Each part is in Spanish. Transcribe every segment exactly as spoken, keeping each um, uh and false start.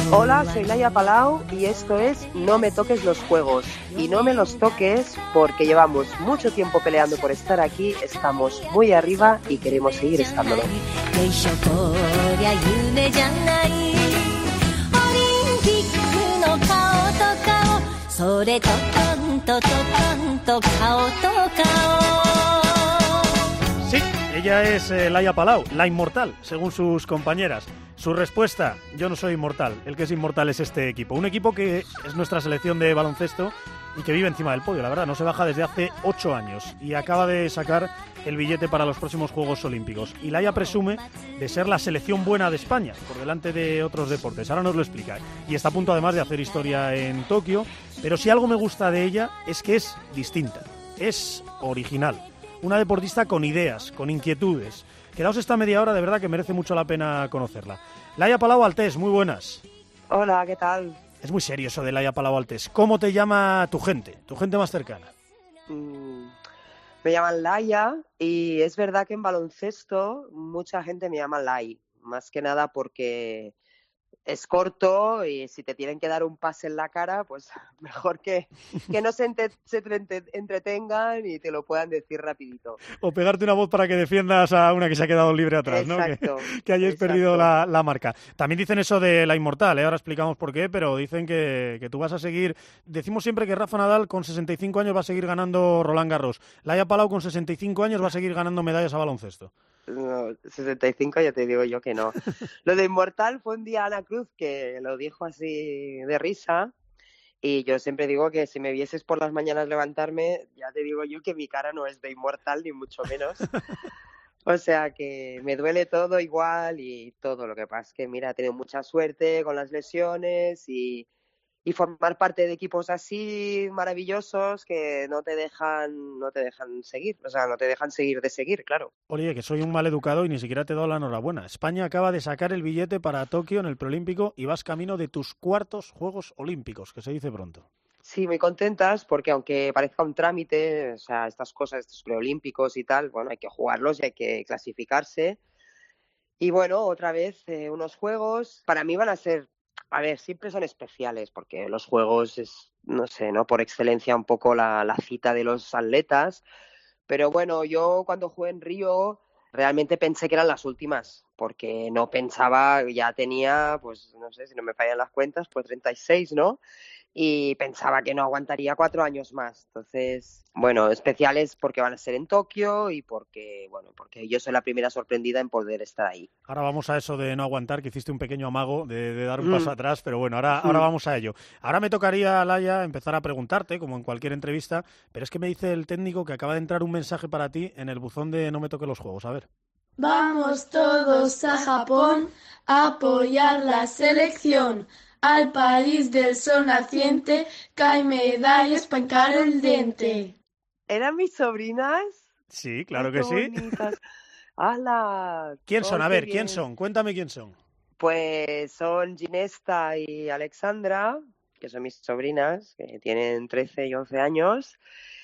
Hola, soy Laia Palau y esto es No me toques los juegos. Y no me los toques porque llevamos mucho tiempo peleando por estar aquí, estamos muy arriba y queremos seguir estándolo. Sí, ella es eh, Laia Palau, la inmortal, según sus compañeras. Su respuesta, yo no soy inmortal, el que es inmortal es este equipo. Un equipo que es nuestra selección de baloncesto y que vive encima del podio, la verdad, no se baja desde hace ocho años y acaba de sacar el billete para los próximos Juegos Olímpicos. Y Laia presume de ser la selección buena de España, por delante de otros deportes, ahora nos lo explica. Y está a punto además de hacer historia en Tokio, pero si algo me gusta de ella es que es distinta, es original. Una deportista con ideas, con inquietudes. Quedaos esta media hora, de verdad que merece mucho la pena conocerla. Laia Palau Altés, muy buenas. Hola, ¿qué tal? Es muy serio eso de Laia Palau Altés. ¿Cómo te llama tu gente, tu gente más cercana? Mm, me llaman Laia y es verdad que en baloncesto mucha gente me llama Lai. Más que nada porque es corto y si te tienen que dar un pase en la cara, pues mejor que, que no se, ente, se te entretengan y te lo puedan decir rapidito. O pegarte una voz para que defiendas a una que se ha quedado libre atrás, exacto, ¿no? Que, que hayáis exacto. perdido la, la marca. También dicen eso de la inmortal, ¿eh? Ahora explicamos por qué, pero dicen que, que tú vas a seguir... Decimos siempre que Rafa Nadal con sesenta y cinco años va a seguir ganando Roland Garros. Laia Palau con sesenta y cinco años va a seguir ganando medallas a baloncesto. No, sesenta y cinco ya te digo yo que no. Lo de inmortal fue un día Ana Cruz que lo dijo así de risa y yo siempre digo que si me vieses por las mañanas levantarme, ya te digo yo que mi cara no es de inmortal ni mucho menos. O sea que me duele todo igual y todo. Lo que pasa es que mira, he tenido mucha suerte con las lesiones y... y formar parte de equipos así maravillosos que no te dejan no te dejan seguir, o sea, no te dejan seguir de seguir, claro. Oye, que soy un mal educado y ni siquiera te he dado la enhorabuena. España acaba de sacar el billete para Tokio en el preolímpico y vas camino de tus cuartos Juegos Olímpicos, que se dice pronto. Sí, muy contentas porque aunque parezca un trámite, o sea, estas cosas, estos preolímpicos y tal, bueno, hay que jugarlos y hay que clasificarse. Y bueno, otra vez eh, unos juegos, para mí van a ser, a ver, siempre son especiales porque los juegos es, no sé, ¿no? Por excelencia un poco la, la cita de los atletas. Pero bueno, yo cuando jugué en Río realmente pensé que eran las últimas porque no pensaba, ya tenía, pues no sé, si no me fallan las cuentas, pues treinta y seis, ¿no? Y pensaba que no aguantaría cuatro años más. Entonces, bueno, especiales porque van a ser en Tokio y porque, bueno, porque yo soy la primera sorprendida en poder estar ahí. Ahora vamos a eso de no aguantar, que hiciste un pequeño amago de, de dar un Mm. paso atrás, pero bueno, ahora, Mm. ahora vamos a ello. Ahora me tocaría, Laia, empezar a preguntarte, como en cualquier entrevista, pero es que me dice el técnico que acaba de entrar un mensaje para ti en el buzón de No me toque los juegos. A ver. Vamos todos a Japón a apoyar la selección. Al país del sol naciente, cae medallas para hincar el diente. ¿Eran mis sobrinas? Sí, claro Ay, que qué sí. bonitas. ¡Hala! ¿Quién Oh, son? A qué ver, bien. ¿quién son? Cuéntame quién son. Pues son Ginesta y Alexandra, que son mis sobrinas, que tienen trece y once años.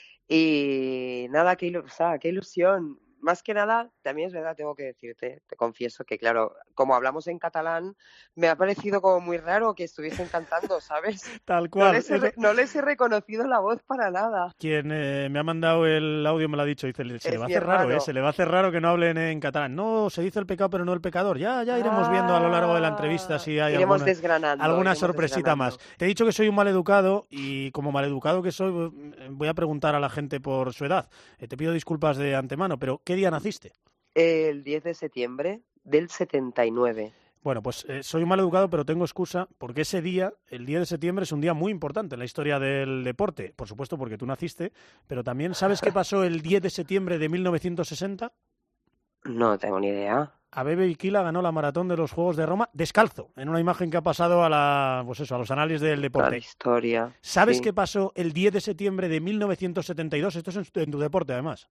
Y nada, qué, ilu- o sea, qué ilusión. Más que nada, también es verdad, tengo que decirte, te confieso que, claro, como hablamos en catalán, me ha parecido como muy raro que estuviesen cantando, ¿sabes? Tal No cual. les he, Eso- re- no les he reconocido la voz para nada. Quien eh, me ha mandado el audio me lo ha dicho. Dice, se le Es va a bien hacer raro, raro. ¿eh? Se le va a hacer raro que no hablen en catalán. No, se dice el pecado, pero no el pecador. Ya, ya iremos viendo a lo largo de la entrevista si hay Iremos alguna, desgranando. alguna iremos sorpresita desgranando. más. Te he dicho que soy un maleducado y como maleducado que soy, voy a preguntar a la gente por su edad. Eh, te pido disculpas de antemano, pero ¿qué día naciste? El diez de septiembre del setenta y nueve. Bueno, pues eh, soy un mal educado, pero tengo excusa porque ese día, el diez de septiembre, es un día muy importante en la historia del deporte. Por supuesto, porque tú naciste, pero también, ¿sabes qué pasó el diez de septiembre de mil novecientos sesenta? No tengo ni idea. Abebe Bikila ganó la maratón de los Juegos de Roma descalzo, en una imagen que ha pasado a la, pues eso, a los anales del La deporte. historia. ¿Sabes sí. qué pasó el diez de septiembre de mil novecientos setenta y dos? Esto es en tu, en tu deporte, además.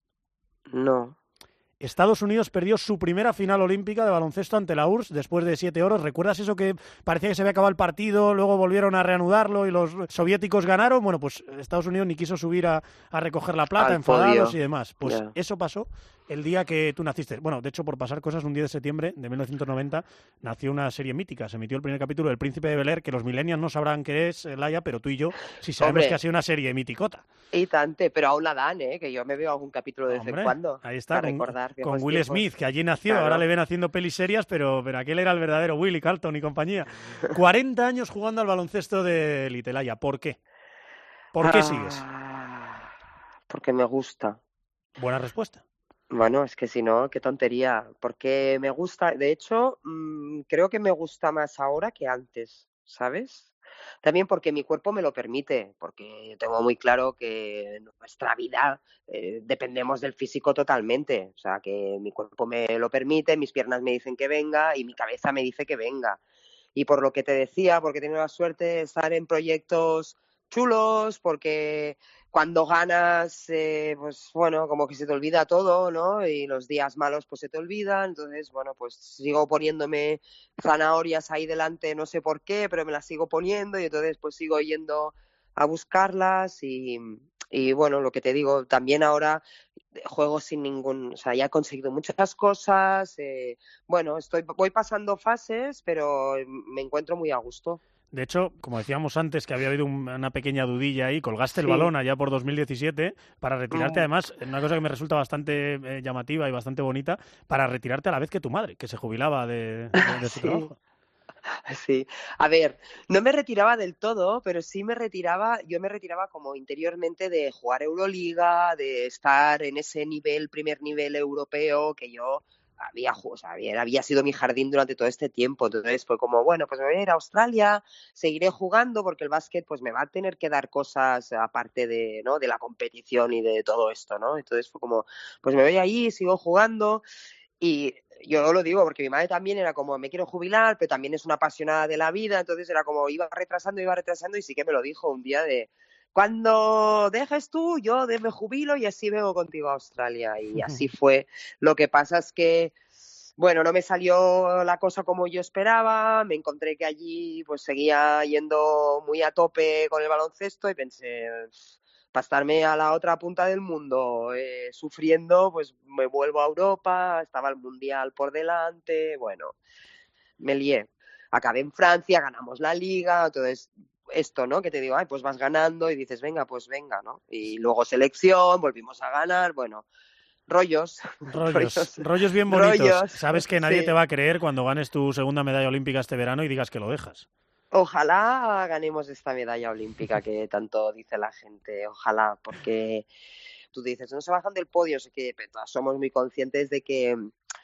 No. Estados Unidos perdió su primera final olímpica de baloncesto ante la U R S S después de siete oros. ¿Recuerdas eso que parecía que se había acabado el partido, luego volvieron a reanudarlo y los soviéticos ganaron? Bueno, pues Estados Unidos ni quiso subir a, a recoger la plata, Al enfadados podio. y demás. Pues Ya. eso pasó el día que tú naciste. Bueno, de hecho, por pasar cosas, un diez de septiembre de mil novecientos noventa nació una serie mítica. Se emitió el primer capítulo del Príncipe de Bel-Air, que los millennials no sabrán qué es, Laia, pero tú y yo sí sabemos Hombre, que ha sido una serie miticota. y tante, pero aún la dan, ¿eh? Que yo me veo algún capítulo de vez en Hombre, cuando. ahí está, Para con, recordar con viejos Will tiempos. Smith, que allí nació. Claro. Ahora le ven haciendo pelis serias, pero, pero aquel era el verdadero Willy Carlton y compañía. cuarenta años jugando al baloncesto de élite, Laia. ¿Por qué? ¿Por qué sigues? Ah, porque me gusta. Buena respuesta. Bueno, es que si no, qué tontería. Porque me gusta, de hecho, mmm, creo que me gusta más ahora que antes, ¿sabes? También porque mi cuerpo me lo permite, porque yo tengo muy claro que en nuestra vida eh, dependemos del físico totalmente. O sea, que mi cuerpo me lo permite, mis piernas me dicen que venga y mi cabeza me dice que venga. Y por lo que te decía, porque he tenido la suerte de estar en proyectos chulos, porque cuando ganas, eh, pues bueno, como que se te olvida todo, ¿no? Y los días malos pues se te olvidan, entonces, bueno, pues sigo poniéndome zanahorias ahí delante, no sé por qué, pero me las sigo poniendo y entonces pues sigo yendo a buscarlas y, y bueno, lo que te digo, también ahora juego sin ningún, o sea, ya he conseguido muchas cosas, eh, bueno, estoy, voy pasando fases, pero me encuentro muy a gusto. De hecho, como decíamos antes, que había habido un, una pequeña dudilla ahí, colgaste el Sí. balón allá por dos mil diecisiete para retirarte, Mm. además, una cosa que me resulta bastante eh, llamativa y bastante bonita, para retirarte a la vez que tu madre, que se jubilaba de, de, de su Sí. trabajo. Sí, a ver, no me retiraba del todo, pero sí me retiraba, yo me retiraba como interiormente de jugar Euroliga, de estar en ese nivel, primer nivel europeo que yo había, o sea, había, había sido mi jardín durante todo este tiempo. Entonces fue como, bueno, pues me voy a ir a Australia, seguiré jugando porque el básquet pues me va a tener que dar cosas aparte de, ¿no? de la competición y de todo esto, ¿no? Entonces fue como, pues me voy ahí, sigo jugando. Y yo lo digo porque mi madre también era como, me quiero jubilar, pero también es una apasionada de la vida, entonces era como, iba retrasando, iba retrasando y sí que me lo dijo un día de, cuando dejes tú, yo me jubilo y así vengo contigo a Australia. Y así fue. Lo que pasa es que, bueno, no me salió la cosa como yo esperaba, me encontré que allí pues seguía yendo muy a tope con el baloncesto y pensé, para estarme a la otra punta del mundo eh, sufriendo, pues me vuelvo a Europa, estaba el Mundial por delante, bueno, me lié. Acabé en Francia, ganamos la Liga, entonces esto, ¿no? Que te digo, ay, pues vas ganando y dices, venga, pues venga, ¿no? Y luego selección, volvimos a ganar, bueno, rollos. Rollos, rollos, rollos bien bonitos. rollos, Sabes que nadie sí. te va a creer cuando ganes tu segunda medalla olímpica este verano y digas que lo dejas. Ojalá ganemos esta medalla olímpica que tanto dice la gente, ojalá, porque tú dices, no se bajan del podio, sé que somos muy conscientes de que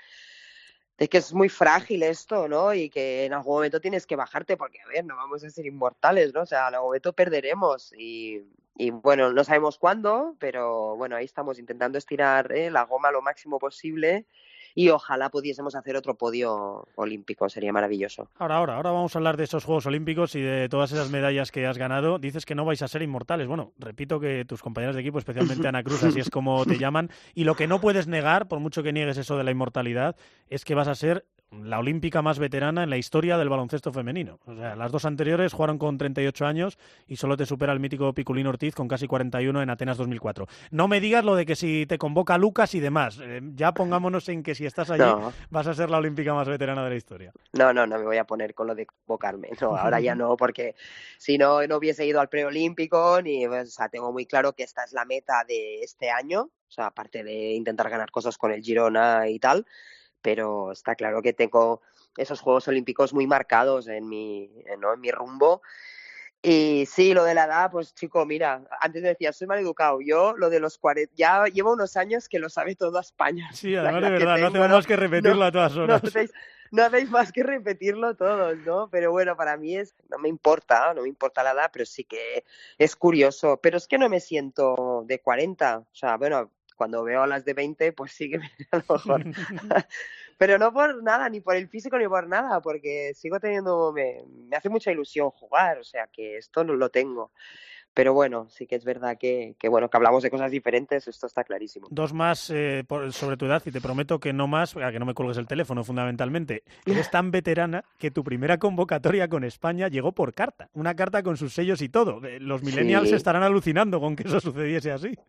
de que es muy frágil esto, ¿no? Y que en algún momento tienes que bajarte porque, a ver, no vamos a ser inmortales, ¿no? O sea, en algún momento perderemos y, y bueno, no sabemos cuándo, pero bueno, ahí estamos intentando estirar ¿eh? la goma lo máximo posible y ojalá pudiésemos hacer otro podio olímpico, sería maravilloso. Ahora, ahora, ahora vamos a hablar de esos Juegos Olímpicos y de todas esas medallas que has ganado. Dices que no vais a ser inmortales. Bueno, repito que tus compañeros de equipo, especialmente Ana Cruz, así es como te llaman, y lo que no puedes negar, por mucho que niegues eso de la inmortalidad, es que vas a ser la olímpica más veterana en la historia del baloncesto femenino. O sea, las dos anteriores jugaron con treinta y ocho años y solo te supera el mítico Piculín Ortiz con casi cuarenta y uno en Atenas dos mil cuatro. No me digas lo de que si te convoca Lucas y demás. Eh, ya pongámonos en que si estás allí No. vas a ser la olímpica más veterana de la historia. No, no, no me voy a poner con lo de convocarme. No, ahora ya no, porque si no, no hubiese ido al preolímpico ni, o sea, tengo muy claro que esta es la meta de este año, o sea, aparte de intentar ganar cosas con el Girona y tal, pero está claro que tengo esos Juegos Olímpicos muy marcados en mi, ¿no? en mi rumbo. Y sí, lo de la edad, pues chico, mira, antes decía, soy mal educado. Yo, lo de los cuarenta, ya llevo unos años que lo sabe toda España. Sí, además de verdad, no tenemos que repetirlo no, a todas horas. No hacéis, no hacéis más que repetirlo todos, ¿no? Pero bueno, para mí es, no me importa, no me importa la edad, pero sí que es curioso. Pero es que no me siento de cuarenta, o sea, bueno, cuando veo a las de veinte, pues sí que me a lo mejor. Pero no por nada, ni por el físico ni por nada, porque sigo teniendo, me, me hace mucha ilusión jugar, o sea que esto no lo tengo. Pero bueno, sí que es verdad que, que bueno que hablamos de cosas diferentes, esto está clarísimo. Dos más eh, por, sobre tu edad y te prometo que no más, a que no me cuelgues el teléfono fundamentalmente. Eres tan veterana que tu primera convocatoria con España llegó por carta, una carta con sus sellos y todo. Los millennials Sí. estarán alucinando con que eso sucediese así.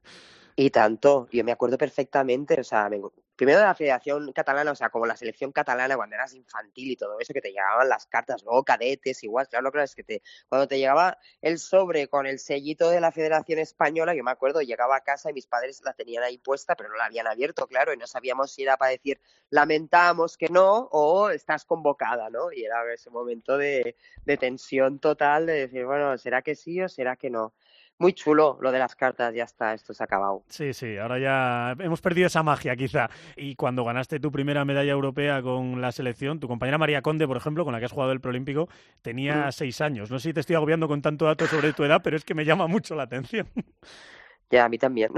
Y tanto, yo me acuerdo perfectamente, o sea, me- primero de la Federación Catalana, o sea, como la selección catalana cuando eras infantil y todo eso, que te llegaban las cartas, luego cadetes, igual, claro, claro, es que te, cuando te llegaba el sobre con el sellito de la Federación Española, yo me acuerdo, llegaba a casa y mis padres la tenían ahí puesta, pero no la habían abierto, claro, y no sabíamos si era para decir lamentamos que no o estás convocada, ¿no? Y era ese momento de, de tensión total de decir, bueno, ¿será que sí o será que no? Muy chulo lo de las cartas, ya está, esto se ha acabado. Sí, sí, ahora ya hemos perdido esa magia quizá. Y cuando ganaste tu primera medalla europea con la selección, tu compañera María Conde, por ejemplo, con la que has jugado el Preolímpico, tenía seis años. No sé si te estoy agobiando con tanto dato sobre tu edad, pero es que me llama mucho la atención. Ya, a mí también.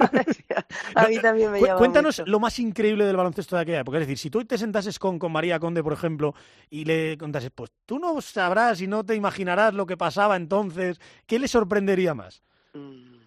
A No, mí también me cu- llama cuéntanos mucho. lo más increíble del baloncesto de aquella época. Es decir, si tú te sentases con, con María Conde, por ejemplo, y le contases, pues tú no sabrás y no te imaginarás lo que pasaba entonces, ¿qué le sorprendería más? Mm,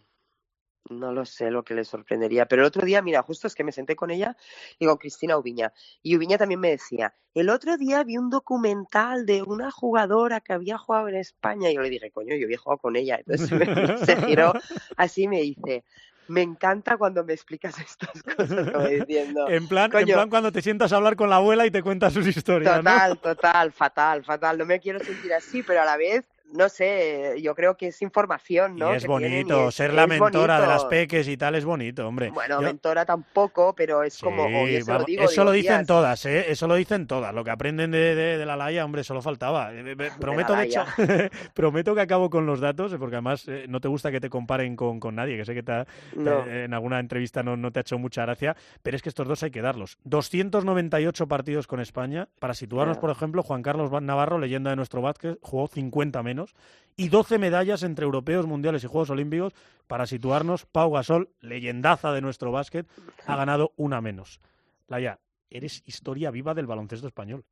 No lo sé lo que le sorprendería. Pero el otro día, mira, justo es que me senté con ella y con Cristina Ubiña. Y Ubiña también me decía, el otro día vi un documental de una jugadora que había jugado en España. Y yo le dije, coño, yo había jugado con ella. Entonces me- se giró así y me dice, me encanta cuando me explicas estas cosas, como diciendo, En plan, en coño, plan cuando te sientas a hablar con la abuela y te cuenta sus historias, ¿no? total, total, fatal, fatal. No me quiero sentir así, pero a la vez, no sé, yo creo que es información, Y ¿no? es Que tienen y bonito, es, ser la es mentora de las bonito. peques y tal es bonito, hombre. Bueno, Yo, mentora tampoco, pero es como, o yo sí, se lo vamos, digo, eso lo digo, dicen tías, todas, ¿eh? Eso lo dicen todas. Lo que aprenden de, de, de la Laia, hombre, solo faltaba. Eh, eh, de la Prometo, de hecho, Laia. prometo que acabo con los datos, eh, porque además eh, no te gusta que te comparen con, con nadie, que sé que te ha- No, te- en alguna entrevista no, no te ha hecho mucha gracia, pero es que estos dos hay que darlos. doscientos noventa y ocho partidos con España. Para situarnos, ya, por ejemplo, Juan Carlos Navarro, leyenda de nuestro básquet, jugó cincuenta menos y doce medallas entre europeos, mundiales y Juegos Olímpicos. Para situarnos, Pau Gasol, leyendaza de nuestro básquet, ha ganado una menos. Laia, eres historia viva del baloncesto español.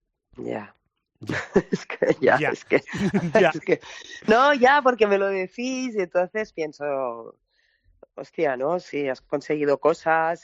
ya. Ya, Es que ya, ya, es que, ya. es que, no, ya, porque me lo decís y entonces pienso, hostia, ¿no? Sí, has conseguido cosas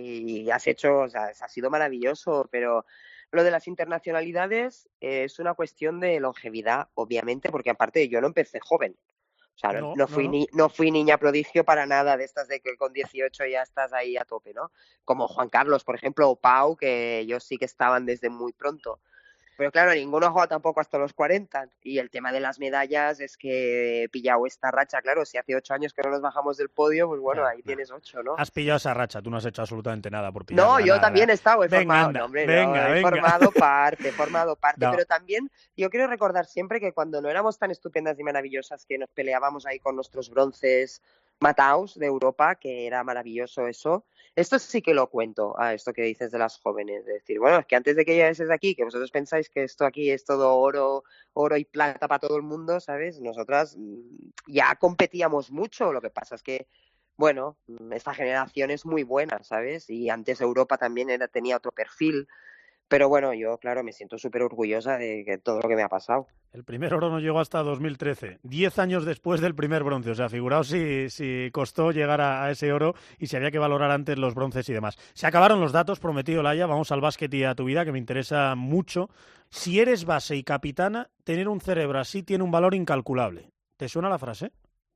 y has hecho, o sea, ha sido maravilloso, pero lo de las internacionalidades eh, es una cuestión de longevidad, obviamente, porque aparte yo no empecé joven. O sea, no, No, no no, fui no. ni, no fui niña prodigio para nada, de estas de que con dieciocho ya estás ahí a tope, ¿no? Como Juan Carlos, por ejemplo, o Pau, que ellos sí que estaban desde muy pronto. Pero claro, ninguno ha jugado tampoco hasta los cuarenta. Y el tema de las medallas es que he pillado esta racha. Claro, si hace ocho años que no nos bajamos del podio, pues bueno, Ya, ahí nah. tienes ocho, ¿no? Has pillado esa racha, tú no has hecho absolutamente nada por No, pillarla, yo nada, nada. también he estado, he Venga, formado, no, anda, hombre, no, venga, he venga. formado parte, he formado parte, No, pero también yo quiero recordar siempre que cuando no éramos tan estupendas y maravillosas que nos peleábamos ahí con nuestros bronces mataos de Europa, que era maravilloso eso, esto sí que lo cuento, a esto que dices de las jóvenes, de decir, bueno, es que antes de que llegues aquí, que vosotros pensáis que esto aquí es todo oro, oro y plata para todo el mundo, ¿sabes? Nosotras mm, ya competíamos mucho, lo que pasa es que bueno, esta generación es muy buena, ¿sabes? Y antes Europa también era, tenía otro perfil, pero bueno, yo, claro, me siento súper orgullosa de que todo lo que me ha pasado. el primer oro no llegó hasta dos mil trece, diez años después del primer bronce. O sea, figuraos si, si costó llegar a, a ese oro y si había que valorar antes los bronces y demás. Se acabaron los datos, prometido Laia, vamos al básquet y a tu vida, que me interesa mucho. Si eres base y capitana, tener un cerebro así tiene un valor incalculable. ¿Te suena la frase?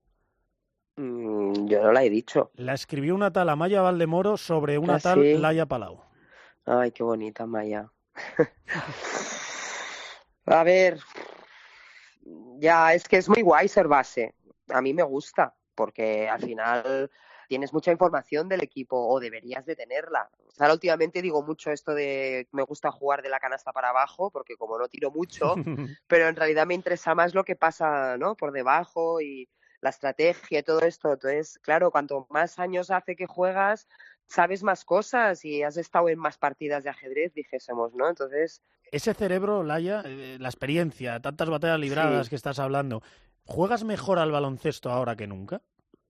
Mm, yo no la he dicho. La escribió una tal Amaya Valdemoro sobre una Ah, tal sí. Laia Palau. Ay, qué bonita, Maya. A ver, ya, es que es muy guay ser base. A mí me gusta, porque al final tienes mucha información del equipo o deberías de tenerla. O sea, últimamente digo mucho esto de me gusta jugar de la canasta para abajo, porque como no tiro mucho, pero en realidad me interesa más lo que pasa, ¿no? Por debajo y la estrategia y todo esto. Entonces, claro, cuanto más años hace que juegas, sabes más cosas y has estado en más partidas de ajedrez, dijésemos, ¿no? Entonces, Ese cerebro, Laia, eh, la experiencia, tantas batallas libradas sí. que estás hablando, ¿juegas mejor al baloncesto ahora que nunca?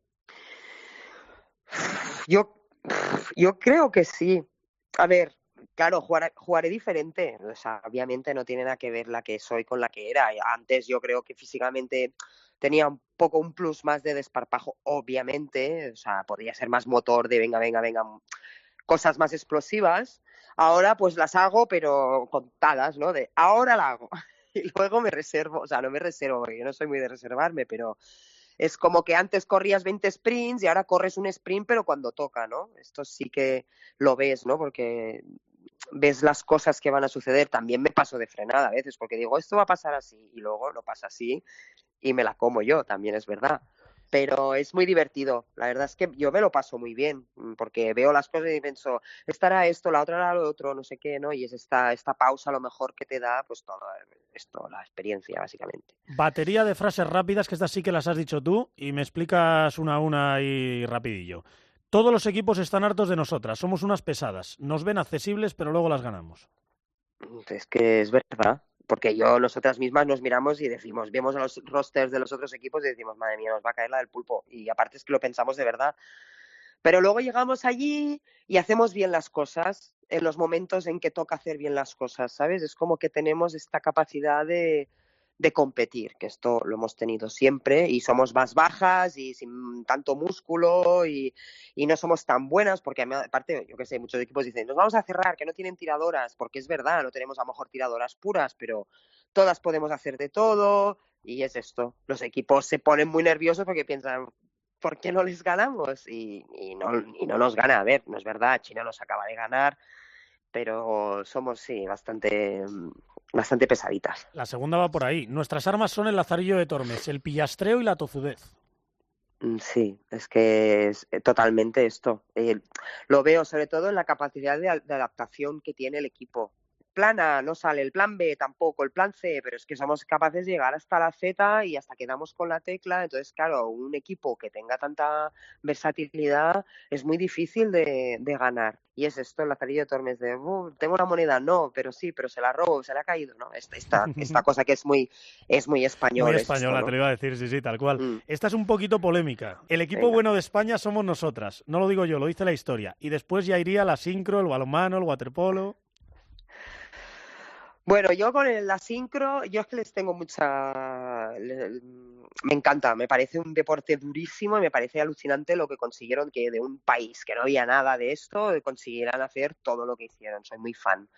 Yo, yo creo que sí. A ver, claro, jugar, jugaré diferente. O sea, obviamente no tiene nada que ver la que soy con la que era. Antes yo creo que físicamente tenía un poco un plus más de desparpajo, obviamente. O sea, podría ser más motor de venga, venga, venga, cosas más explosivas. Ahora pues las hago, pero contadas, ¿no? De ahora la hago. Y luego me reservo, o sea, no me reservo, porque yo no soy muy de reservarme, pero es como que antes corrías veinte sprints y ahora corres un sprint, pero cuando toca, ¿no? Esto sí que lo ves, ¿no? Porque ves las cosas que van a suceder. También me paso de frenada a veces, porque digo, esto va a pasar así, y luego no pasa así, y me la como yo, también es verdad. Pero es muy divertido. La verdad es que yo me lo paso muy bien, porque veo las cosas y pienso, esta era esto, la otra era lo otro, no sé qué, ¿no? Y es esta, esta pausa a lo mejor que te da, pues todo esto, la experiencia, básicamente. Batería de frases rápidas, que estas sí que las has dicho tú, y me explicas una a una ahí rapidillo. Todos los equipos están hartos de nosotras, somos unas pesadas, nos ven accesibles, pero luego las ganamos. Es que es verdad. Porque yo, nosotras mismas nos miramos y decimos, vemos a los rosters de los otros equipos y decimos, madre mía, nos va a caer la del pulpo. Y aparte es que lo pensamos de verdad. Pero luego llegamos allí y hacemos bien las cosas en los momentos en que toca hacer bien las cosas, ¿sabes? Es como que tenemos esta capacidad de, de competir, que esto lo hemos tenido siempre y somos más bajas y sin tanto músculo y, y no somos tan buenas porque aparte, yo que sé, muchos equipos dicen, nos vamos a cerrar, que no tienen tiradoras, porque es verdad, no tenemos a lo mejor tiradoras puras, pero todas podemos hacer de todo y es esto. Los equipos se ponen muy nerviosos porque piensan, ¿por qué no les ganamos? Y, y, no, y no nos gana. A ver, no es verdad, China nos acaba de ganar, pero somos, sí, bastante, bastante pesaditas. La segunda va por ahí. Nuestras armas son el lazarillo de Tormes, el pillastreo y la tozudez. Sí, es que es totalmente esto. Eh, lo veo sobre todo en la capacidad de, de adaptación que tiene el equipo. Plan A no sale, el plan B tampoco, el plan C, pero es que somos capaces de llegar hasta la Z y hasta que damos con la tecla. Entonces, claro, un equipo que tenga tanta versatilidad es muy difícil de, de ganar. Y es esto, el lazarillo de Tormes de, uh, tengo una moneda, no, pero sí, pero se la robo, se la ha caído, ¿no? Esta, esta, esta cosa que es muy, es muy español. Muy española, esto, ¿no? Te lo iba a decir, sí, sí, tal cual. Mm. Esta es un poquito polémica. El equipo Venga. bueno de España somos nosotras. No lo digo yo, lo dice la historia. Y después ya iría la sincro, el balonmano, el waterpolo. Bueno, yo con el, la sincro, yo es que les tengo mucha... Me encanta, me parece un deporte durísimo y me parece alucinante lo que consiguieron, que de un país que no había nada de esto, consiguieran hacer todo lo que hicieron. Soy muy fan.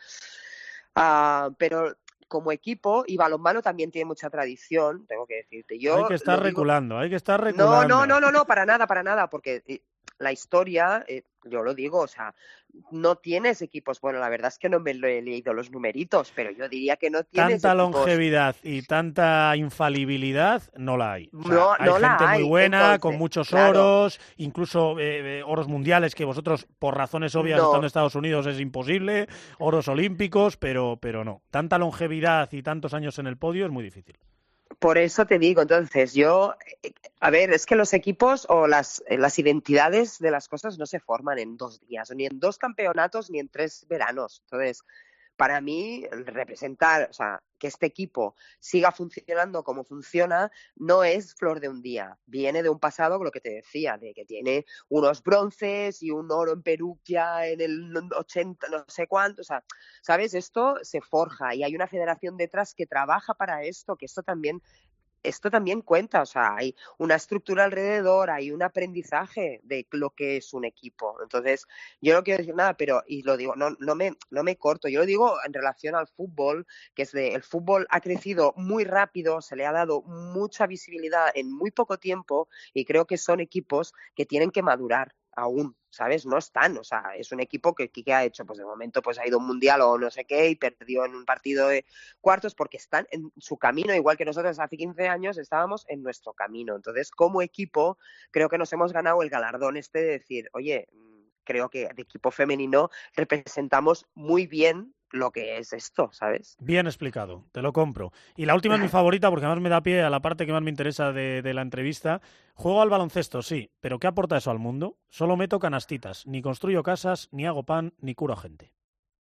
Uh, pero como equipo, y balonmano también tiene mucha tradición, tengo que decirte. Yo hay que estar digo... reculando, hay que estar reculando. No, no, no, no, no, para nada, para nada, porque la historia, eh, yo lo digo, o sea, no tienes equipos, bueno, la verdad es que no me lo he leído los numeritos, pero yo diría que no tienes tanta equipos... longevidad y tanta infalibilidad no la hay. O sea, no, hay no gente la hay. muy buena, Entonces, con muchos claro, oros, incluso eh, eh, oros mundiales que vosotros, por razones obvias, no. estando en Estados Unidos es imposible, oros olímpicos, pero, pero no. Tanta longevidad y tantos años en el podio es muy difícil. Por eso te digo, entonces, yo, a ver, es que los equipos o las, las identidades de las cosas no se forman en dos días, ni en dos campeonatos, ni en tres veranos. Entonces, para mí, representar, o sea, que este equipo siga funcionando como funciona, no es flor de un día. Viene de un pasado, lo que te decía, de que tiene unos bronces y un oro en Perugia en el ochenta, no sé cuánto. O sea, ¿sabes? Esto se forja y hay una federación detrás que trabaja para esto, que esto también... Esto también cuenta, o sea, hay una estructura alrededor, hay un aprendizaje de lo que es un equipo. Entonces, yo no quiero decir nada, pero, y lo digo, no, no, me, no me corto, yo lo digo en relación al fútbol, que es de, el fútbol ha crecido muy rápido, se le ha dado mucha visibilidad en muy poco tiempo y creo que son equipos que tienen que madurar aún, ¿sabes? No están, o sea, es un equipo que, que ha hecho, pues de momento pues ha ido a un mundial o no sé qué y perdió en un partido de cuartos porque están en su camino, igual que nosotros hace quince años estábamos en nuestro camino. Entonces, como equipo, creo que nos hemos ganado el galardón este de decir, oye, creo que de equipo femenino representamos muy bien lo que es esto, ¿sabes? Bien explicado, te lo compro. Y la última es mi favorita porque además me da pie a la parte que más me interesa de, de la entrevista. Juego al baloncesto, sí, pero ¿qué aporta eso al mundo? Solo meto canastitas, ni construyo casas, ni hago pan, ni curo gente.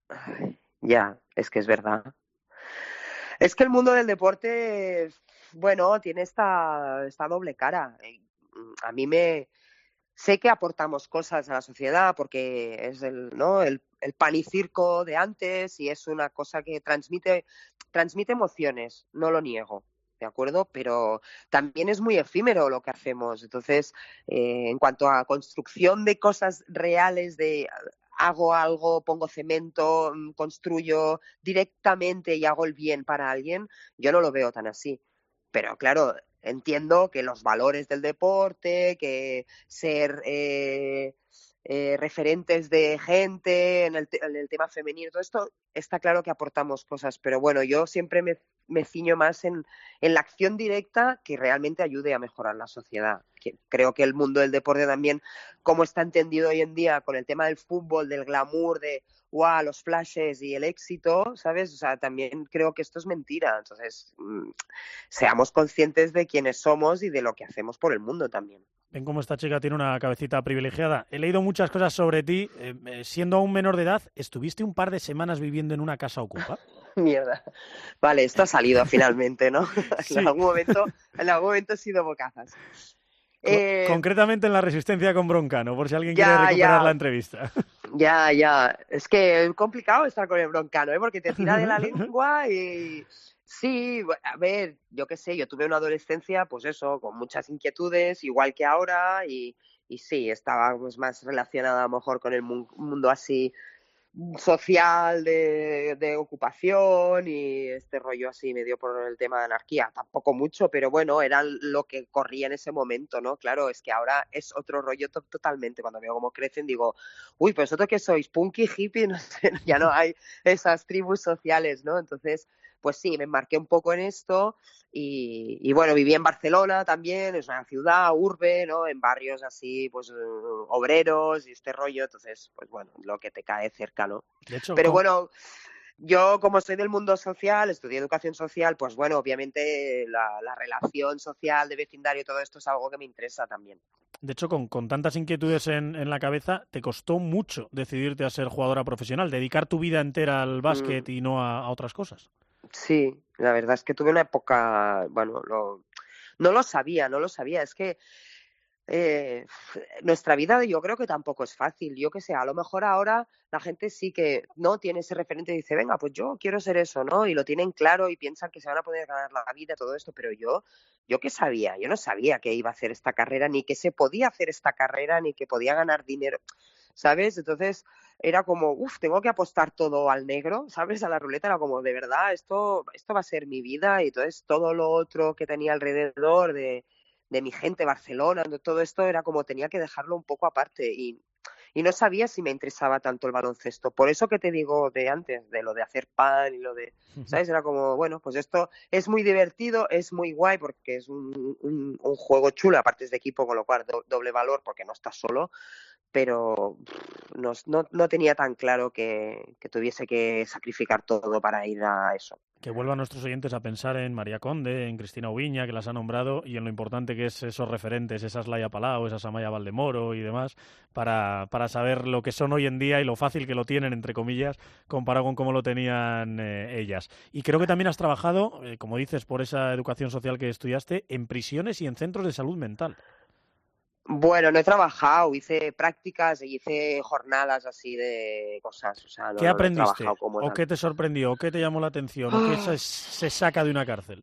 Ay, ya, es que es verdad. Es que el mundo del deporte, bueno, tiene esta, esta doble cara. A mí me... Sé que aportamos cosas a la sociedad porque es el, ¿no? el, el pan y circo de antes y es una cosa que transmite, transmite emociones, no lo niego, ¿de acuerdo? Pero también es muy efímero lo que hacemos. Entonces, eh, en cuanto a construcción de cosas reales, de hago algo, pongo cemento, construyo directamente y hago el bien para alguien, yo no lo veo tan así. Pero claro, entiendo que los valores del deporte, que ser eh, eh, referentes de gente en el, te- en el tema femenino, todo esto está claro que aportamos cosas, pero bueno, yo siempre me, me ciño más en, en la acción directa que realmente ayude a mejorar la sociedad. Que creo que el mundo del deporte también, como está entendido hoy en día con el tema del fútbol, del glamour, de wow, los flashes y el éxito, ¿sabes? O sea, también creo que esto es mentira. Entonces, mmm, seamos conscientes de quiénes somos y de lo que hacemos por el mundo también. Ven cómo esta chica tiene una cabecita privilegiada. He leído muchas cosas sobre ti. Eh, eh, siendo aún menor de edad, ¿estuviste un par de semanas viviendo en una casa ocupa? Mierda. Vale, esto ha salido finalmente, ¿no? En Sí. algún momento, en algún momento he sido bocazas. Co Eh, concretamente en la Resistencia con Broncano, por si alguien quiere ya, recuperar ya. la entrevista. Ya, ya. Es que es complicado estar con el broncano, ¿eh? Porque te tira de la lengua y... Sí, a ver, yo qué sé, yo tuve una adolescencia, pues eso, con muchas inquietudes, igual que ahora, y, y sí, estaba pues, más relacionada a lo mejor con el mu mundo así social de, de ocupación y este rollo así medio por el tema de anarquía, tampoco mucho, pero bueno, era lo que corría en ese momento, ¿no? Claro, es que ahora es otro rollo to totalmente, cuando veo cómo crecen digo, uy, pues vosotros que sois punky, hippie, no sé, ya no hay esas tribus sociales, ¿no? Entonces, pues sí, me embarqué un poco en esto y, y bueno, viví en Barcelona también, es una ciudad, urbe, ¿no? En barrios así, pues uh, obreros y este rollo, entonces, pues bueno, lo que te cae cerca, ¿no? De hecho, Pero con, bueno, yo como soy del mundo social, estudié educación social, pues bueno, obviamente la, la relación social de vecindario y todo esto es algo que me interesa también. de hecho, con, con tantas inquietudes en, en la cabeza, te costó mucho decidirte a ser jugadora profesional, dedicar tu vida entera al básquet Mm, y no a, a otras cosas. sí, la verdad es que tuve una época, bueno, lo, no lo sabía, no lo sabía, es que eh, nuestra vida yo creo que tampoco es fácil. Yo que sé, a lo mejor ahora la gente sí que no tiene ese referente y dice, venga, pues yo quiero ser eso, ¿no? Y lo tienen claro y piensan que se van a poder ganar la vida, todo esto, pero yo, yo qué sabía, yo no sabía que iba a hacer esta carrera, ni que se podía hacer esta carrera, ni que podía ganar dinero, ¿sabes? Entonces era como, uff, tengo que apostar todo al negro, ¿sabes? A la ruleta era como, de verdad, esto, esto va a ser mi vida y entonces todo lo otro que tenía alrededor de de mi gente, Barcelona, de todo esto era como tenía que dejarlo un poco aparte y, y no sabía si me interesaba tanto el baloncesto. Por eso que te digo de antes, de lo de hacer pan y lo de, ¿sabes? Era como, bueno, pues esto es muy divertido, es muy guay porque es un, un, un juego chulo, aparte es de equipo, con lo cual do, doble valor porque no estás solo, pero pff, no, no, no tenía tan claro que, que tuviese que sacrificar todo para ir a eso. Que vuelvan nuestros oyentes a pensar en María Conde, en Cristina Ubiña, que las ha nombrado, y en lo importante que es esos referentes, esas Laia Palau, esas Amaya Valdemoro y demás, para, para saber lo que son hoy en día y lo fácil que lo tienen, entre comillas, comparado con cómo lo tenían eh, ellas. Y creo que también has trabajado, eh, como dices, por esa educación social que estudiaste, en prisiones y en centros de salud mental. Bueno, no he trabajado, hice prácticas y hice jornadas así de cosas, o sea, no, ¿Qué no, no he aprendiste? trabajado como ¿O tal. qué te sorprendió? ¿O qué te llamó la atención? ¿O qué se, se saca de una cárcel?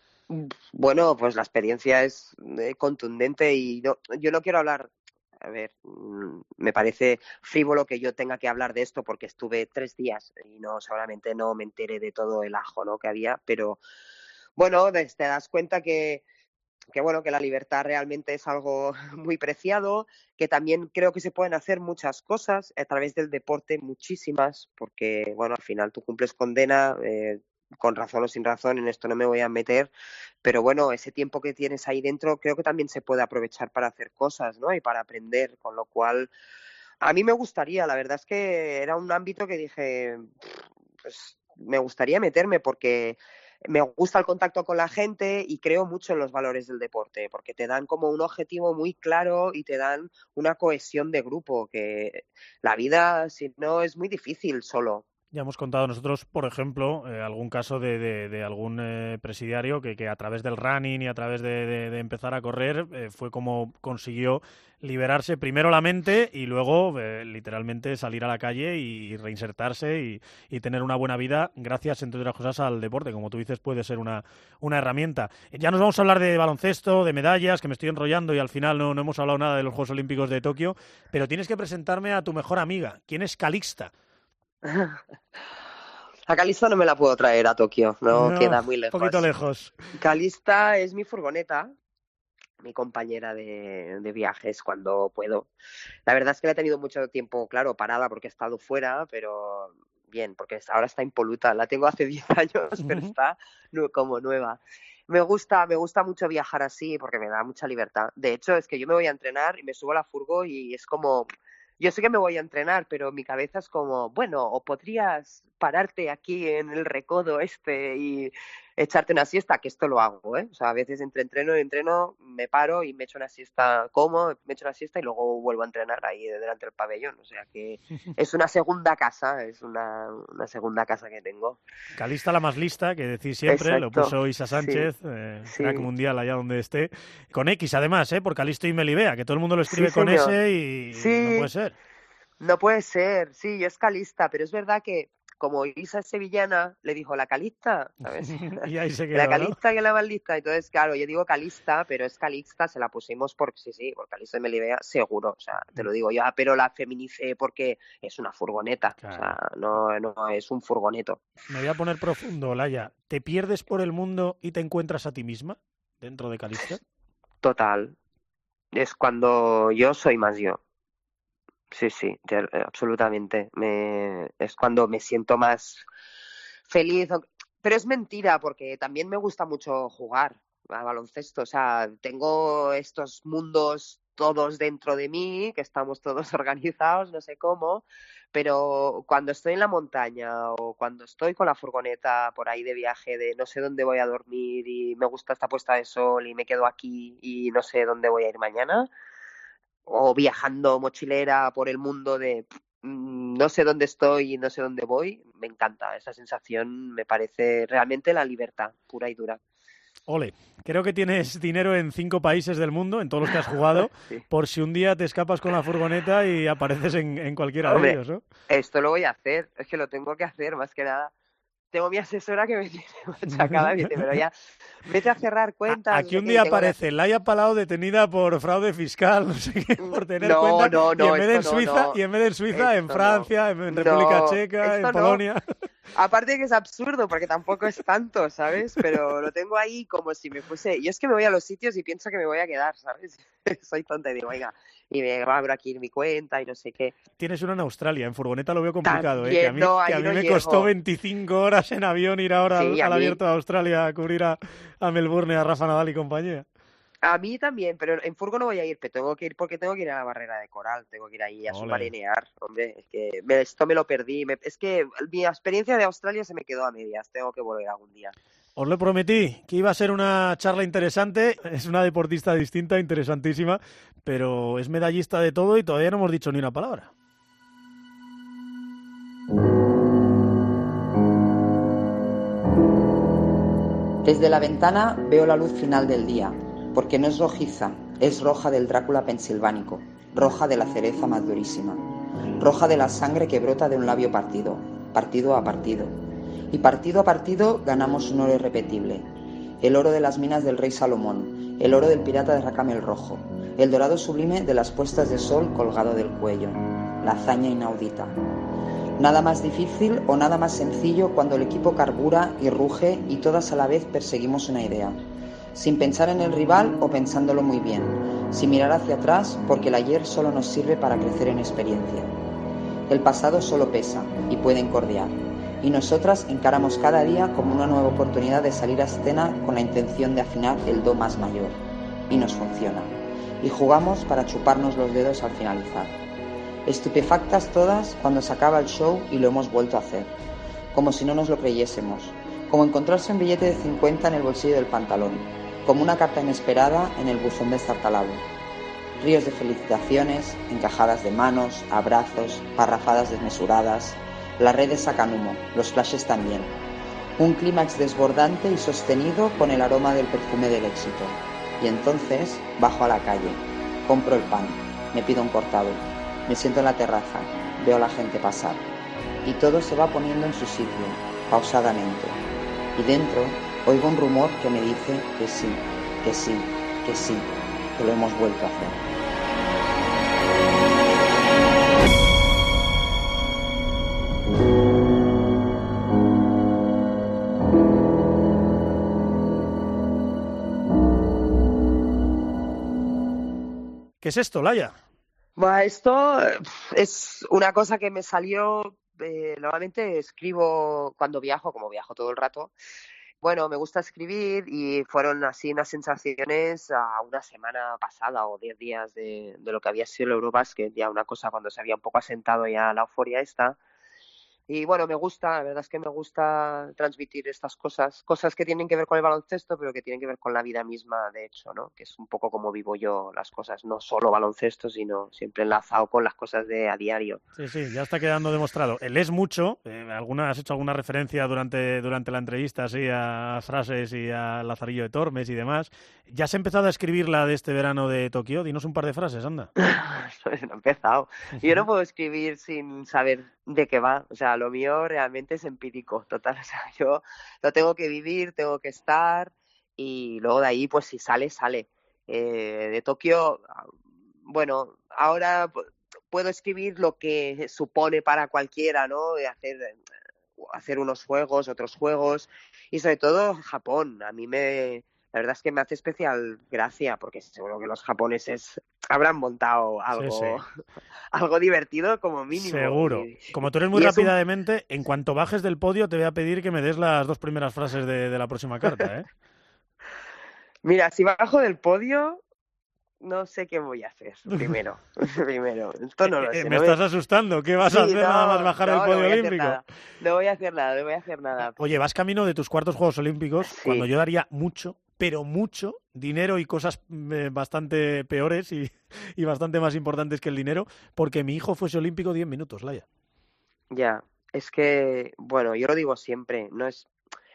Bueno, pues la experiencia es eh, contundente y no, yo no quiero hablar, a ver, mm, me parece frívolo que yo tenga que hablar de esto porque estuve tres días y no, seguramente no me enteré de todo el ajo, ¿no? que había, pero bueno, des- te das cuenta que que bueno, que la libertad realmente es algo muy preciado, que también creo que se pueden hacer muchas cosas a través del deporte, muchísimas, porque bueno, al final tú cumples condena, eh, con razón o sin razón, en esto no me voy a meter, pero bueno, ese tiempo que tienes ahí dentro creo que también se puede aprovechar para hacer cosas, ¿no? Y para aprender, con lo cual a mí me gustaría, la verdad es que era un ámbito que dije, pues me gustaría meterme porque me gusta el contacto con la gente y creo mucho en los valores del deporte, porque te dan como un objetivo muy claro y te dan una cohesión de grupo, que la vida, si no, es muy difícil solo. Ya hemos contado nosotros, por ejemplo, eh, algún caso de, de, de algún eh, presidiario que, que a través del running y a través de, de, de empezar a correr eh, fue como consiguió liberarse primero la mente y luego eh, literalmente salir a la calle y reinsertarse y, y tener una buena vida gracias, entre otras cosas, al deporte. Como tú dices, puede ser una, una herramienta. Ya nos vamos a hablar de baloncesto, de medallas, que me estoy enrollando y al final no, no hemos hablado nada de los Juegos Olímpicos de Tokio, pero tienes que presentarme a tu mejor amiga. ¿Quién es Calixta? A Calista no me la puedo traer a Tokio, no, No, queda muy un lejos. poquito lejos. Calista es mi furgoneta, mi compañera de, de viajes cuando puedo. La verdad es que la he tenido mucho tiempo, claro, parada porque he estado fuera, pero bien, porque ahora está impoluta. La tengo hace diez años, pero está como nueva. Me gusta, me gusta mucho viajar así porque me da mucha libertad. De hecho, es que yo me voy a entrenar y me subo a la furgo y es como... Yo sé que me voy a entrenar, pero mi cabeza es como, bueno, o podrías pararte aquí en el recodo este y echarte una siesta, que esto lo hago, ¿eh? O sea, a veces entre entreno y entreno me paro y me echo una siesta, como, me echo una siesta y luego vuelvo a entrenar ahí delante del pabellón. O sea que es una segunda casa, es una, una segunda casa que tengo. Calista la más lista, que decís siempre, Exacto. lo puso Isa Sánchez, sí, eh, sí. crack mundial allá donde esté. Con X además, ¿eh? Por Calisto y Melibea, que todo el mundo lo escribe Sí, con señor. S y Sí. no puede ser. No puede ser, sí, yo es calista, pero es verdad que como Isa es sevillana, le dijo la calista, ¿sabes? Y ahí se quedó, la calista ¿no? que la más lista, entonces claro, yo digo calista, pero es calista, se la pusimos por, sí, sí, por Calista y Melibea, seguro, o sea, te lo digo yo, ah, pero la feminicé porque es una furgoneta, claro. O sea, no, no es un furgoneto. Me voy a poner profundo, Laia, ¿te pierdes por el mundo y te encuentras a ti misma dentro de Calista? Total, es cuando yo soy más yo. Sí, sí, absolutamente. Me, es cuando me siento más feliz. Pero es mentira, porque también me gusta mucho jugar a baloncesto. O sea, tengo estos mundos todos dentro de mí, que estamos todos organizados, no sé cómo, pero cuando estoy en la montaña o cuando estoy con la furgoneta por ahí de viaje, de no sé dónde voy a dormir y me gusta esta puesta de sol y me quedo aquí y no sé dónde voy a ir mañana, o viajando mochilera por el mundo de no sé dónde estoy y no sé dónde voy, me encanta. Esa sensación me parece realmente la libertad pura y dura. Ole, creo que tienes dinero en cinco países del mundo, en todos los que has jugado, sí. Por si un día te escapas con la furgoneta y apareces en, en cualquiera Hombre, de ellos, ¿no? Esto lo voy a hacer, es que lo tengo que hacer, más que nada. Tengo mi asesora que me tiene machacada, dice, pero ya, vete a cerrar cuentas. Aquí un día aparece que... Laia Palau detenida por fraude fiscal, no sé qué, por tener no, cuentas, no, no, y, en vez de en Suiza, no, no. y en vez de en Suiza, esto en Francia, no. en República no, Checa, en Polonia. No. Aparte que es absurdo, porque tampoco es tanto, ¿sabes? Pero lo tengo ahí como si me fuese... Yo es que me voy a los sitios y pienso que me voy a quedar, ¿sabes? Soy tonta y digo, venga, y me abro aquí mi cuenta y no sé qué. Tienes una en Australia, en furgoneta lo veo complicado, También, ¿eh? Que a mí, no, que a mí no me llego. costó veinticinco horas en avión ir ahora sí, al, al abierto de Australia a cubrir a, a Melbourne, a Rafa Nadal y compañía. A mí también, pero en furgo no voy a ir, pero tengo que ir porque tengo que ir a la barrera de coral, tengo que ir ahí a Ole. submarinear, hombre, es que me, esto me lo perdí, me, es que mi experiencia de Australia se me quedó a medias, tengo que volver algún día. Os lo prometí, que iba a ser una charla interesante, es una deportista distinta, interesantísima, pero es medallista de todo y todavía no hemos dicho ni una palabra. Desde la ventana veo la luz final del día, porque no es rojiza, es roja del Drácula pensilvánico, roja de la cereza madurísima, roja de la sangre que brota de un labio partido, partido a partido. Y partido a partido ganamos un oro irrepetible, el oro de las minas del rey Salomón, el oro del pirata de Rackham el Rojo, el dorado sublime de las puestas de sol colgado del cuello, la hazaña inaudita. Nada más difícil o nada más sencillo cuando el equipo carbura y ruge y todas a la vez perseguimos una idea, sin pensar en el rival o pensándolo muy bien, sin mirar hacia atrás porque el ayer solo nos sirve para crecer en experiencia. El pasado solo pesa y puede encordiar, y nosotras encaramos cada día como una nueva oportunidad de salir a escena con la intención de afinar el do más mayor, y nos funciona, y jugamos para chuparnos los dedos al finalizar. Estupefactas todas cuando se acaba el show y lo hemos vuelto a hacer, como si no nos lo creyésemos, como encontrarse un billete de cincuenta en el bolsillo del pantalón, como una carta inesperada en el buzón destartalado. Ríos de felicitaciones, encajadas de manos, abrazos, parrafadas desmesuradas, las redes sacan humo, los flashes también. Un clímax desbordante y sostenido con el aroma del perfume del éxito. Y entonces bajo a la calle, compro el pan, me pido un cortado. Me siento en la terraza, veo a la gente pasar y todo se va poniendo en su sitio, pausadamente. Y dentro oigo un rumor que me dice que sí, que sí, que sí, que lo hemos vuelto a hacer. ¿Qué es esto, Laia? Bueno, esto es una cosa que me salió, eh, normalmente escribo cuando viajo, como viajo todo el rato. Bueno, me gusta escribir y fueron así unas sensaciones a una semana pasada o diez días de, de lo que había sido el Eurobasket, ya una cosa cuando se había un poco asentado ya la euforia esta. Y bueno, me gusta, la verdad es que me gusta transmitir estas cosas, cosas que tienen que ver con el baloncesto, pero que tienen que ver con la vida misma, de hecho, ¿no? Que es un poco como vivo yo las cosas, no solo baloncesto, sino siempre enlazado con las cosas de a diario. Sí, sí, ya está quedando demostrado. Lees mucho, eh, alguna, has hecho alguna referencia durante, durante la entrevista, sí, a frases y a Lazarillo de Tormes y demás. ¿Ya has empezado a escribir la de este verano de Tokio? Dinos un par de frases, anda. No he empezado. Yo no puedo escribir sin saber de qué va, o sea, lo mío realmente es empírico, total, o sea, yo lo tengo que vivir, tengo que estar y luego de ahí, pues si sale, sale. Eh, de Tokio, bueno, ahora puedo escribir lo que supone para cualquiera, ¿no? De hacer, hacer unos juegos, otros juegos y sobre todo Japón, a mí me... La verdad es que me hace especial gracia porque seguro que los japoneses habrán montado algo, sí, sí. algo divertido como mínimo. Seguro. Y, como tú eres muy y rápida un... de mente, en cuanto bajes del podio te voy a pedir que me des las dos primeras frases de, de la próxima carta, ¿eh? Mira, si bajo del podio, no sé qué voy a hacer primero. primero, esto no lo eh, sé. Me no estás me... asustando. ¿Qué vas sí, a hacer no, nada más bajar no, del podio no voy olímpico? A no voy a hacer nada, no voy a hacer nada. Oye, vas camino de tus cuartos Juegos Olímpicos, sí. cuando yo daría mucho, pero mucho dinero y cosas eh, bastante peores y, y bastante más importantes que el dinero, porque mi hijo fuese olímpico diez minutos, Laia. Ya, es que, bueno, yo lo digo siempre, no es...